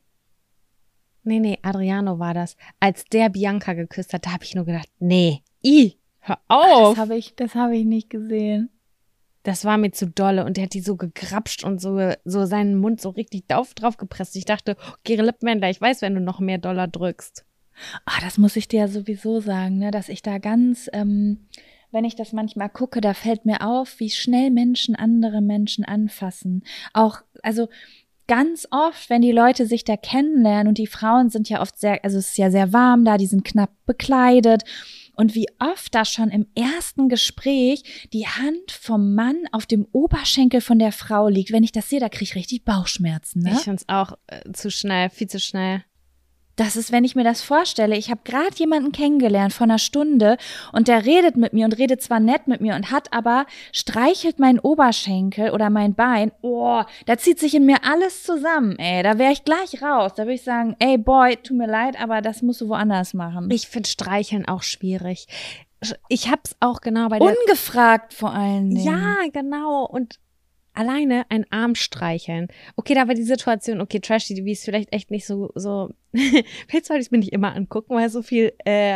Adriano war das. Als der Bianca geküsst hat, da habe ich nur gedacht, nee, hör auf. Das hab ich nicht gesehen. Das war mir zu dolle und der hat die so gegrapscht und so seinen Mund so richtig drauf gepresst. Ich dachte, okay, Lippenbänder, ich weiß, wenn du noch mehr Dollar drückst. Das muss ich dir ja sowieso sagen, ne, dass ich da ganz, wenn ich das manchmal gucke, da fällt mir auf, wie schnell Menschen andere Menschen anfassen. Auch, also ganz oft, wenn die Leute sich da kennenlernen und die Frauen sind ja oft sehr, also es ist ja sehr warm da, die sind knapp bekleidet. Und wie oft da schon im ersten Gespräch die Hand vom Mann auf dem Oberschenkel von der Frau liegt. Wenn ich das sehe, da kriege ich richtig Bauchschmerzen. Ne? Ich finde es auch zu schnell, viel zu schnell. Das ist, wenn ich mir das vorstelle, ich habe gerade jemanden kennengelernt vor einer Stunde und der redet mit mir und redet zwar nett mit mir und streichelt meinen Oberschenkel oder mein Bein. Oh, da zieht sich in mir alles zusammen, ey. Da wäre ich gleich raus. Da würde ich sagen, ey Boy, tut mir leid, aber das musst du woanders machen. Ich finde Streicheln auch schwierig. Ich hab's auch genau bei der... Ungefragt vor allen Dingen. Ja, genau. Und alleine einen Arm streicheln. Okay, da war die Situation, okay, Trash-TV ist vielleicht echt nicht so vielleicht sollte ich es mir nicht immer angucken, weil es so viel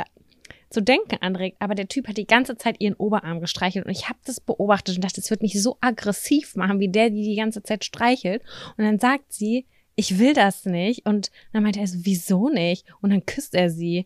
zu denken anregt, aber der Typ hat die ganze Zeit ihren Oberarm gestreichelt und ich habe das beobachtet und dachte, das wird mich so aggressiv machen, wie der die ganze Zeit streichelt und dann sagt sie, ich will das nicht und dann meinte er so, wieso nicht? Und dann küsst er sie.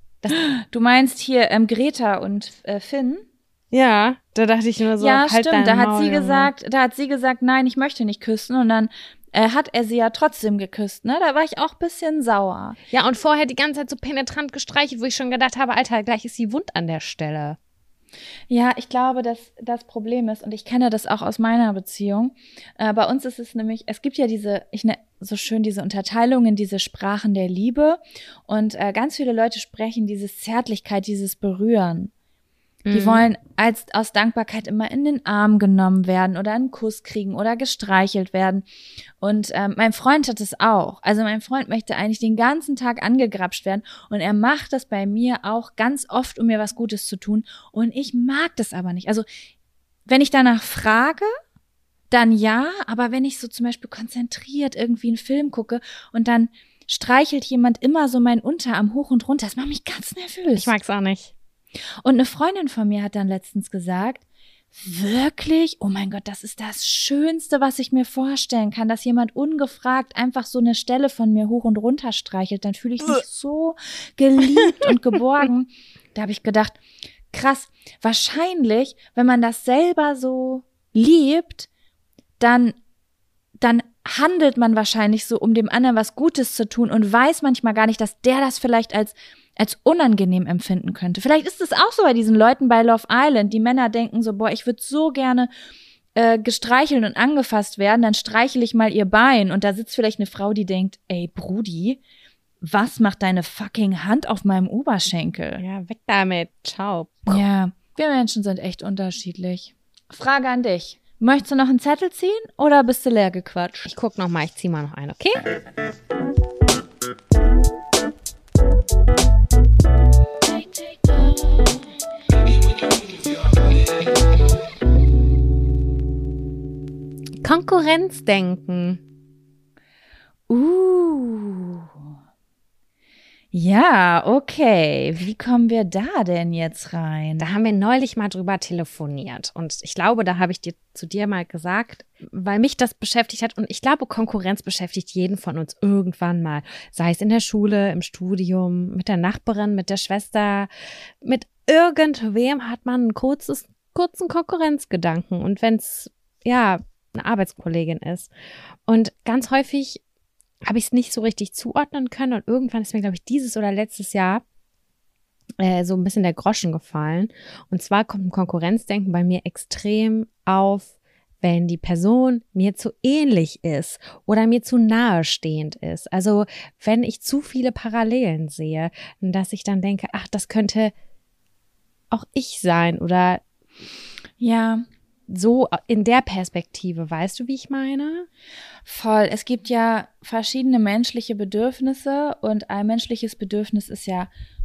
Du meinst hier Greta und Finn? Ja, da dachte ich nur so, ja, halt stimmt, da hat sie gesagt, nein, ich möchte nicht küssen und dann hat er sie ja trotzdem geküsst, ne? Da war ich auch ein bisschen sauer. Ja, und vorher die ganze Zeit so penetrant gestreichelt, wo ich schon gedacht habe, Alter, gleich ist sie wund an der Stelle. Ja, ich glaube, dass das Problem ist, und ich kenne das auch aus meiner Beziehung, bei uns ist es nämlich, es gibt ja diese Unterteilung in diese Sprachen der Liebe und ganz viele Leute sprechen diese Zärtlichkeit, dieses Berühren. Die wollen aus Dankbarkeit immer in den Arm genommen werden oder einen Kuss kriegen oder gestreichelt werden. Und mein Freund hat es auch. Also mein Freund möchte eigentlich den ganzen Tag angegrapscht werden und er macht das bei mir auch ganz oft, um mir was Gutes zu tun. Und ich mag das aber nicht. Also wenn ich danach frage, dann ja, aber wenn ich so zum Beispiel konzentriert irgendwie einen Film gucke und dann streichelt jemand immer so meinen Unterarm hoch und runter, das macht mich ganz nervös. Ich mag's auch nicht. Und eine Freundin von mir hat dann letztens gesagt, wirklich? Oh mein Gott, das ist das Schönste, was ich mir vorstellen kann, dass jemand ungefragt einfach so eine Stelle von mir hoch und runter streichelt. Dann fühle ich mich so geliebt und geborgen. Da habe ich gedacht, krass, wahrscheinlich, wenn man das selber so liebt, dann handelt man wahrscheinlich so, um dem anderen was Gutes zu tun und weiß manchmal gar nicht, dass der das vielleicht als unangenehm empfinden könnte. Vielleicht ist es auch so bei diesen Leuten bei Love Island. Die Männer denken so, boah, ich würde so gerne gestreichelt und angefasst werden, dann streichle ich mal ihr Bein. Und da sitzt vielleicht eine Frau, die denkt, ey, Brudi, was macht deine fucking Hand auf meinem Oberschenkel? Ja, weg damit. Ciao. Ja, wir Menschen sind echt unterschiedlich. Frage an dich. Möchtest du noch einen Zettel ziehen oder bist du leer gequatscht? Ich guck noch mal, ich zieh mal noch einen, okay? Konkurrenzdenken. Ja, okay. Wie kommen wir da denn jetzt rein? Da haben wir neulich mal drüber telefoniert und ich glaube, da habe ich zu dir mal gesagt, weil mich das beschäftigt hat und ich glaube, Konkurrenz beschäftigt jeden von uns irgendwann mal, sei es in der Schule, im Studium, mit der Nachbarin, mit der Schwester, mit irgendwem hat man einen kurzen Konkurrenzgedanken und wenn es ja eine Arbeitskollegin ist und ganz häufig habe ich es nicht so richtig zuordnen können und irgendwann ist mir, glaube ich, dieses oder letztes Jahr so ein bisschen der Groschen gefallen. Und zwar kommt ein Konkurrenzdenken bei mir extrem auf, wenn die Person mir zu ähnlich ist oder mir zu nahestehend ist. Also wenn ich zu viele Parallelen sehe, dass ich dann denke, ach, das könnte auch ich sein oder ja. So in der Perspektive, weißt du, wie ich meine? Voll. Es gibt ja verschiedene menschliche Bedürfnisse und ein menschliches Bedürfnis ist ja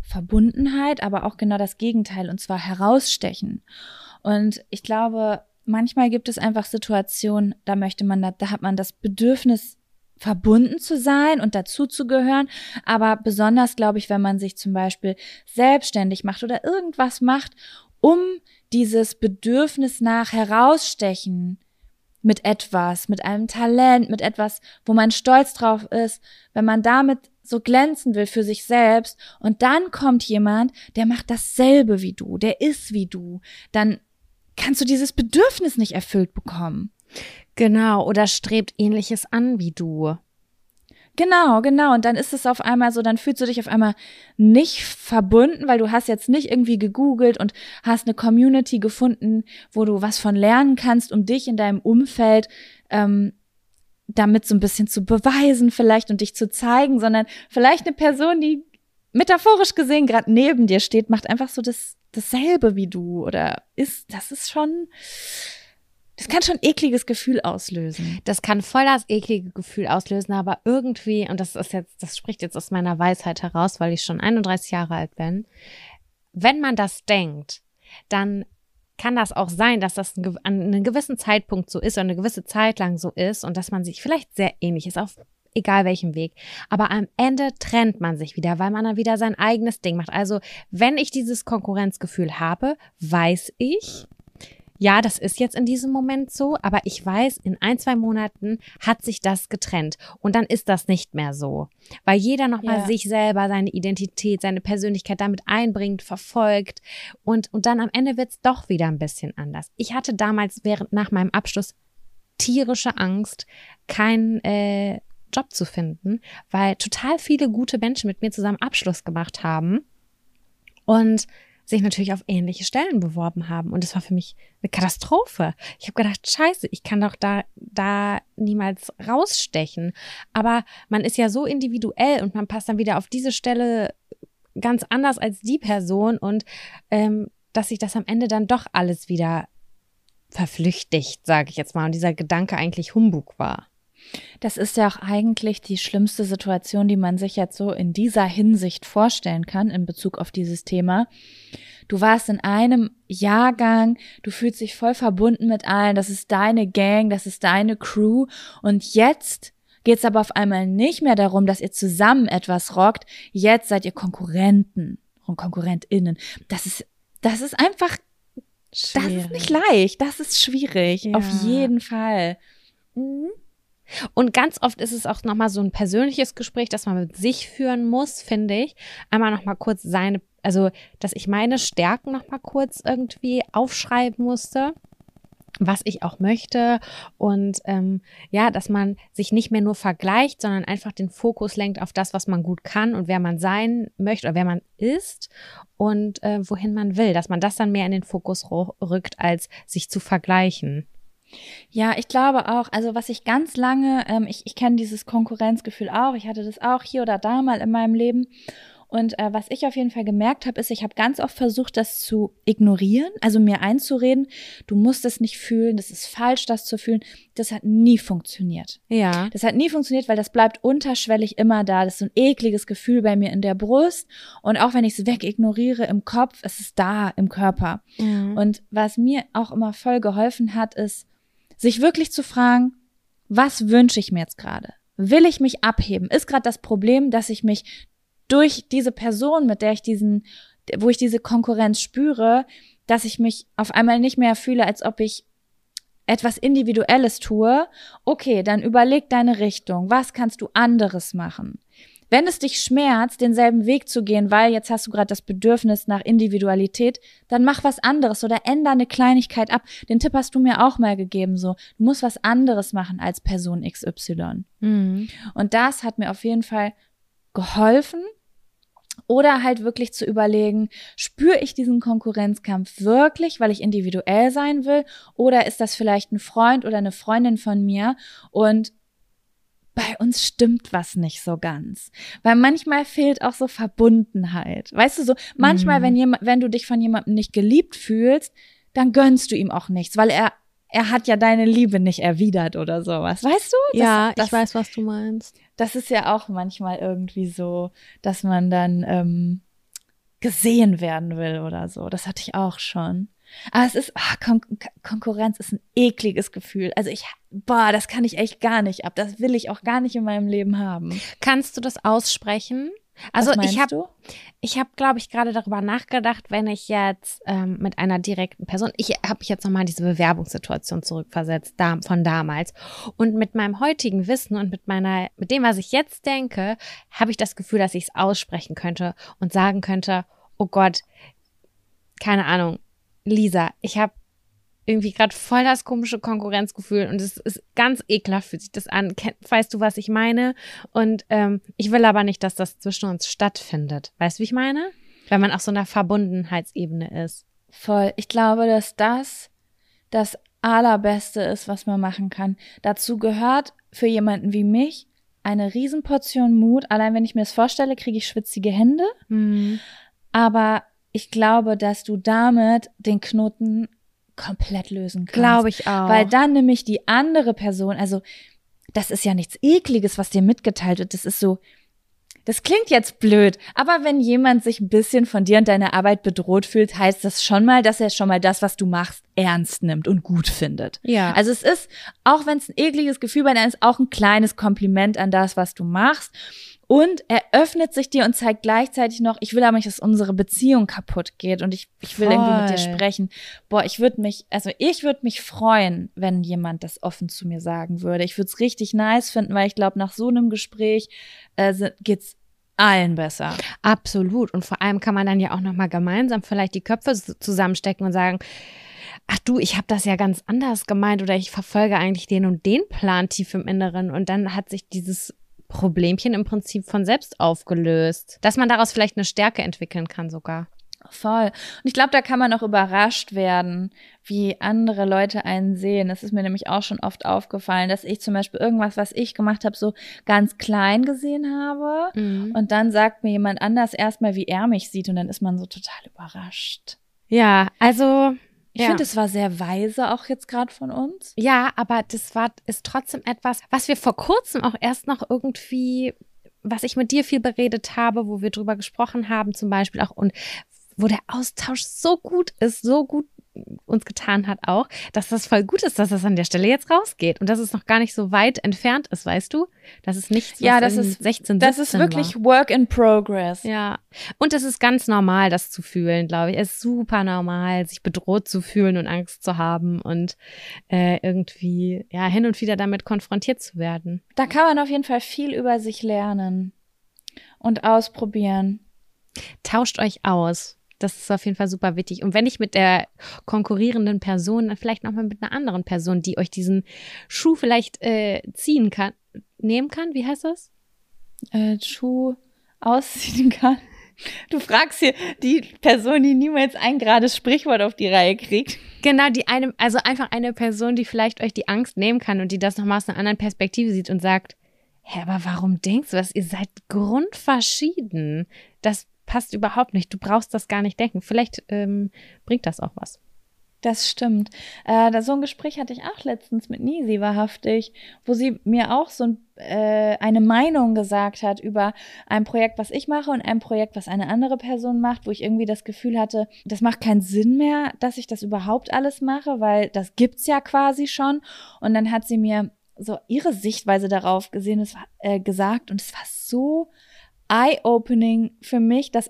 Verbundenheit, aber auch genau das Gegenteil, und zwar herausstechen. Und ich glaube, manchmal gibt es einfach Situationen, da hat man das Bedürfnis, verbunden zu sein und dazuzugehören, aber besonders, glaube ich, wenn man sich zum Beispiel selbstständig macht oder irgendwas macht, um dieses Bedürfnis nach herausstechen mit etwas, mit einem Talent, mit etwas, wo man stolz drauf ist, wenn man damit so glänzen will für sich selbst und dann kommt jemand, der macht dasselbe wie du, der ist wie du, dann kannst du dieses Bedürfnis nicht erfüllt bekommen. Genau, oder strebt Ähnliches an wie du. Genau. Und dann ist es auf einmal so, dann fühlst du dich auf einmal nicht verbunden, weil du hast jetzt nicht irgendwie gegoogelt und hast eine Community gefunden, wo du was von lernen kannst, um dich in deinem Umfeld damit so ein bisschen zu beweisen vielleicht und dich zu zeigen, sondern vielleicht eine Person, die metaphorisch gesehen gerade neben dir steht, macht einfach so dasselbe wie du oder das kann schon ein ekliges Gefühl auslösen. Das kann voll das eklige Gefühl auslösen, aber irgendwie, und das spricht jetzt aus meiner Weisheit heraus, weil ich schon 31 Jahre alt bin, wenn man das denkt, dann kann das auch sein, dass das an einem gewissen Zeitpunkt so ist oder eine gewisse Zeit lang so ist und dass man sich vielleicht sehr ähnlich ist, auf egal welchem Weg. Aber am Ende trennt man sich wieder, weil man dann wieder sein eigenes Ding macht. Also wenn ich dieses Konkurrenzgefühl habe, weiß ich, ja, das ist jetzt in diesem Moment so, aber ich weiß, in 1-2 Monaten hat sich das getrennt und dann ist das nicht mehr so, weil jeder nochmal sich selber, seine Identität, seine Persönlichkeit damit einbringt, verfolgt und dann am Ende wird's doch wieder ein bisschen anders. Ich hatte damals nach meinem Abschluss tierische Angst, keinen Job zu finden, weil total viele gute Menschen mit mir zusammen Abschluss gemacht haben und sich natürlich auf ähnliche Stellen beworben haben. Und das war für mich eine Katastrophe. Ich habe gedacht, scheiße, ich kann doch da niemals rausstechen. Aber man ist ja so individuell und man passt dann wieder auf diese Stelle ganz anders als die Person und dass sich das am Ende dann doch alles wieder verflüchtigt, sage ich jetzt mal. Und dieser Gedanke eigentlich Humbug war. Das ist ja auch eigentlich die schlimmste Situation, die man sich jetzt so in dieser Hinsicht vorstellen kann in Bezug auf dieses Thema. Du warst in einem Jahrgang, du fühlst dich voll verbunden mit allen, das ist deine Gang, das ist deine Crew und jetzt geht es aber auf einmal nicht mehr darum, dass ihr zusammen etwas rockt, jetzt seid ihr Konkurrenten und KonkurrentInnen. Das ist einfach, schwierig. Das ist nicht leicht, das ist schwierig, ja. Auf jeden Fall. Mhm. Und ganz oft ist es auch nochmal so ein persönliches Gespräch, das man mit sich führen muss, finde ich. Einmal nochmal kurz dass ich meine Stärken nochmal kurz irgendwie aufschreiben musste, was ich auch möchte und dass man sich nicht mehr nur vergleicht, sondern einfach den Fokus lenkt auf das, was man gut kann und wer man sein möchte oder wer man ist und wohin man will, dass man das dann mehr in den Fokus rückt, als sich zu vergleichen. Ja, ich glaube auch, also was ich ganz lange, ich kenne dieses Konkurrenzgefühl auch, ich hatte das auch hier oder da mal in meinem Leben und was ich auf jeden Fall gemerkt habe, ist, ich habe ganz oft versucht, das zu ignorieren, also mir einzureden, du musst es nicht fühlen, das ist falsch, das zu fühlen, das hat nie funktioniert. Ja. Das hat nie funktioniert, weil das bleibt unterschwellig immer da, das ist so ein ekliges Gefühl bei mir in der Brust und auch wenn ich es wegignoriere im Kopf, es ist da im Körper. Mhm. Und was mir auch immer voll geholfen hat, ist, sich wirklich zu fragen, was wünsche ich mir jetzt gerade? Will ich mich abheben? Ist gerade das Problem, dass ich mich durch diese Person, mit der wo ich diese Konkurrenz spüre, dass ich mich auf einmal nicht mehr fühle, als ob ich etwas Individuelles tue? Okay, dann überleg deine Richtung. Was kannst du anderes machen? Wenn es dich schmerzt, denselben Weg zu gehen, weil jetzt hast du gerade das Bedürfnis nach Individualität, dann mach was anderes oder ändere eine Kleinigkeit ab. Den Tipp hast du mir auch mal gegeben, so, du musst was anderes machen als Person XY. Mhm. Und das hat mir auf jeden Fall geholfen. Oder halt wirklich zu überlegen, spüre ich diesen Konkurrenzkampf wirklich, weil ich individuell sein will? Oder ist das vielleicht ein Freund oder eine Freundin von mir und bei uns stimmt was nicht so ganz. Weil manchmal fehlt auch so Verbundenheit. Weißt du, so manchmal, wenn du dich von jemandem nicht geliebt fühlst, dann gönnst du ihm auch nichts, weil er hat ja deine Liebe nicht erwidert oder sowas. Weißt du? Ich weiß, was du meinst. Das ist ja auch manchmal irgendwie so, dass man dann gesehen werden will oder so. Das hatte ich auch schon. Aber es ist, Konkurrenz ist ein ekliges Gefühl. Also das kann ich echt gar nicht ab. Das will ich auch gar nicht in meinem Leben haben. Kannst du das aussprechen? Also ich habe, glaube ich, gerade darüber nachgedacht, wenn ich jetzt mit einer direkten Person, ich habe mich jetzt nochmal in diese Bewerbungssituation zurückversetzt, von damals. Und mit meinem heutigen Wissen und mit dem, was ich jetzt denke, habe ich das Gefühl, dass ich es aussprechen könnte und sagen könnte, oh Gott, keine Ahnung, Lisa, ich habe irgendwie gerade voll das komische Konkurrenzgefühl und es ist ganz ekelhaft, fühlt sich das an. Weißt du, was ich meine? Und ich will aber nicht, dass das zwischen uns stattfindet. Weißt du, wie ich meine? Wenn man auf so einer Verbundenheitsebene ist. Voll. Ich glaube, dass das Allerbeste ist, was man machen kann. Dazu gehört für jemanden wie mich eine Riesenportion Mut. Allein wenn ich mir das vorstelle, kriege ich schwitzige Hände. Mhm. Aber ich glaube, dass du damit den Knoten komplett lösen kannst. Glaube ich auch. Weil dann nämlich die andere Person, also das ist ja nichts Ekliges, was dir mitgeteilt wird. Das ist so, das klingt jetzt blöd, aber wenn jemand sich ein bisschen von dir und deiner Arbeit bedroht fühlt, heißt das schon mal, dass er schon mal das, was du machst, ernst nimmt und gut findet. Ja. Also es ist, auch wenn es ein ekliges Gefühl bei dir ist, auch ein kleines Kompliment an das, was du machst. Und er öffnet sich dir und zeigt gleichzeitig noch, ich will aber nicht, dass unsere Beziehung kaputt geht und ich will irgendwie mit dir sprechen. Boah, ich würde mich freuen, wenn jemand das offen zu mir sagen würde. Ich würde es richtig nice finden, weil ich glaube, nach so einem Gespräch geht's allen besser. Absolut. Und vor allem kann man dann ja auch nochmal gemeinsam vielleicht die Köpfe zusammenstecken und sagen, ach du, ich habe das ja ganz anders gemeint oder ich verfolge eigentlich den und den Plan tief im Inneren und dann hat sich dieses Problemchen im Prinzip von selbst aufgelöst. Dass man daraus vielleicht eine Stärke entwickeln kann sogar. Voll. Und ich glaube, da kann man auch überrascht werden, wie andere Leute einen sehen. Das ist mir nämlich auch schon oft aufgefallen, dass ich zum Beispiel irgendwas, was ich gemacht habe, so ganz klein gesehen habe. Mhm. Und dann sagt mir jemand anders erstmal, wie er mich sieht. Und dann ist man so total überrascht. Ja, also ich finde, es war sehr weise auch jetzt gerade von uns. Ja, aber ist trotzdem etwas, was wir vor kurzem auch erst noch irgendwie, was ich mit dir viel beredet habe, wo wir drüber gesprochen haben zum Beispiel auch und wo der Austausch so gut ist, so gut uns getan hat auch, dass das voll gut ist, dass das an der Stelle jetzt rausgeht und dass es noch gar nicht so weit entfernt ist, weißt du? Das ist nichts, was das ist 16, 17 Das ist wirklich Work in Progress. Ja, und es ist ganz normal, das zu fühlen, glaube ich. Es ist super normal, sich bedroht zu fühlen und Angst zu haben und irgendwie hin und wieder damit konfrontiert zu werden. Da kann man auf jeden Fall viel über sich lernen und ausprobieren. Tauscht euch aus. Das ist auf jeden Fall super wichtig. Und wenn ich mit der konkurrierenden Person, dann vielleicht nochmal mit einer anderen Person, die euch diesen Schuh vielleicht nehmen kann, wie heißt das? Schuh ausziehen kann. Du fragst hier die Person, die niemals ein gerades Sprichwort auf die Reihe kriegt. Genau, also einfach eine Person, die vielleicht euch die Angst nehmen kann und die das nochmal aus einer anderen Perspektive sieht und sagt, hä, aber warum denkst du das? Ihr seid grundverschieden. Das passt überhaupt nicht. Du brauchst das gar nicht denken. Vielleicht bringt das auch was. Das stimmt. So ein Gespräch hatte ich auch letztens mit Nisi, wahrhaftig, wo sie mir auch so eine Meinung gesagt hat über ein Projekt, was ich mache und ein Projekt, was eine andere Person macht, wo ich irgendwie das Gefühl hatte, das macht keinen Sinn mehr, dass ich das überhaupt alles mache, weil das gibt's ja quasi schon. Und dann hat sie mir so ihre Sichtweise darauf gesagt und es war so eye-opening für mich, dass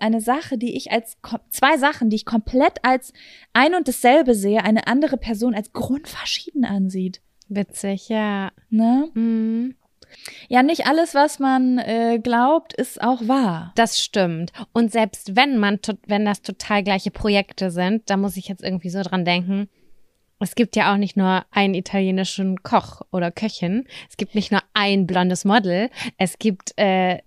zwei Sachen, die ich komplett als ein und dasselbe sehe, eine andere Person als grundverschieden ansieht. Witzig, ja. Ne? Mhm. Ja, nicht alles, was man glaubt, ist auch wahr. Das stimmt. Und selbst wenn das total gleiche Projekte sind, da muss ich jetzt irgendwie so dran denken, es gibt ja auch nicht nur einen italienischen Koch oder Köchin, es gibt nicht nur ein blondes Model, es gibt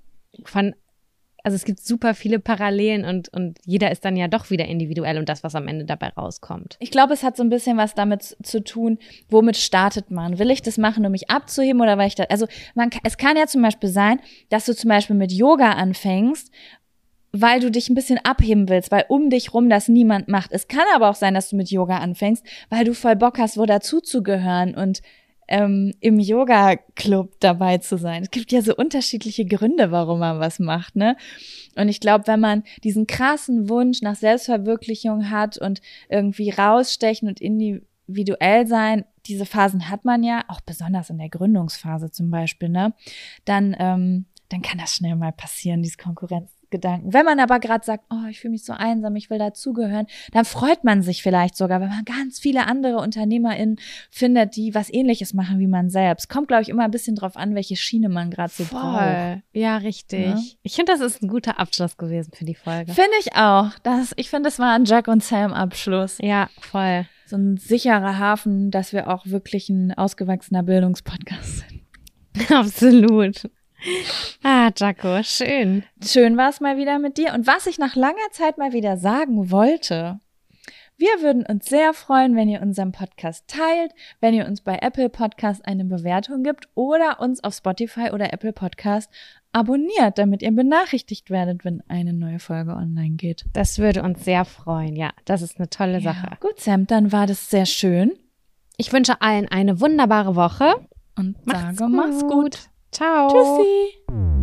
es gibt super viele Parallelen und jeder ist dann ja doch wieder individuell und das, was am Ende dabei rauskommt. Ich glaube, es hat so ein bisschen was damit zu tun, womit startet man? Will ich das machen, um mich abzuheben oder weil ich das, es kann ja zum Beispiel sein, dass du zum Beispiel mit Yoga anfängst, weil du dich ein bisschen abheben willst, weil um dich rum das niemand macht. Es kann aber auch sein, dass du mit Yoga anfängst, weil du voll Bock hast, wo dazuzugehören und im Yoga-Club dabei zu sein. Es gibt ja so unterschiedliche Gründe, warum man was macht, ne? Und ich glaube, wenn man diesen krassen Wunsch nach Selbstverwirklichung hat und irgendwie rausstechen und individuell sein, diese Phasen hat man ja, auch besonders in der Gründungsphase zum Beispiel, ne? Dann kann das schnell mal passieren, diese Konkurrenzgedanken. Wenn man aber gerade sagt, oh, ich fühle mich so einsam, ich will dazugehören, dann freut man sich vielleicht sogar, wenn man ganz viele andere UnternehmerInnen findet, die was Ähnliches machen wie man selbst. Kommt, glaube ich, immer ein bisschen drauf an, welche Schiene man gerade so braucht. Ja, richtig. Ja? Ich finde, das ist ein guter Abschluss gewesen für die Folge. Finde ich auch. Ich finde, das war ein Jack und Sam Abschluss. Ja, voll. So ein sicherer Hafen, dass wir auch wirklich ein ausgewachsener Bildungspodcast sind. Absolut. Jaco, schön. Schön war es mal wieder mit dir. Und was ich nach langer Zeit mal wieder sagen wollte, wir würden uns sehr freuen, wenn ihr unseren Podcast teilt, wenn ihr uns bei Apple Podcast eine Bewertung gibt oder uns auf Spotify oder Apple Podcast abonniert, damit ihr benachrichtigt werdet, wenn eine neue Folge online geht. Das würde uns sehr freuen, ja. Das ist eine tolle Sache. Gut, Sam, dann war das sehr schön. Ich wünsche allen eine wunderbare Woche. Und mach's gut. Ciao. Tschüssi.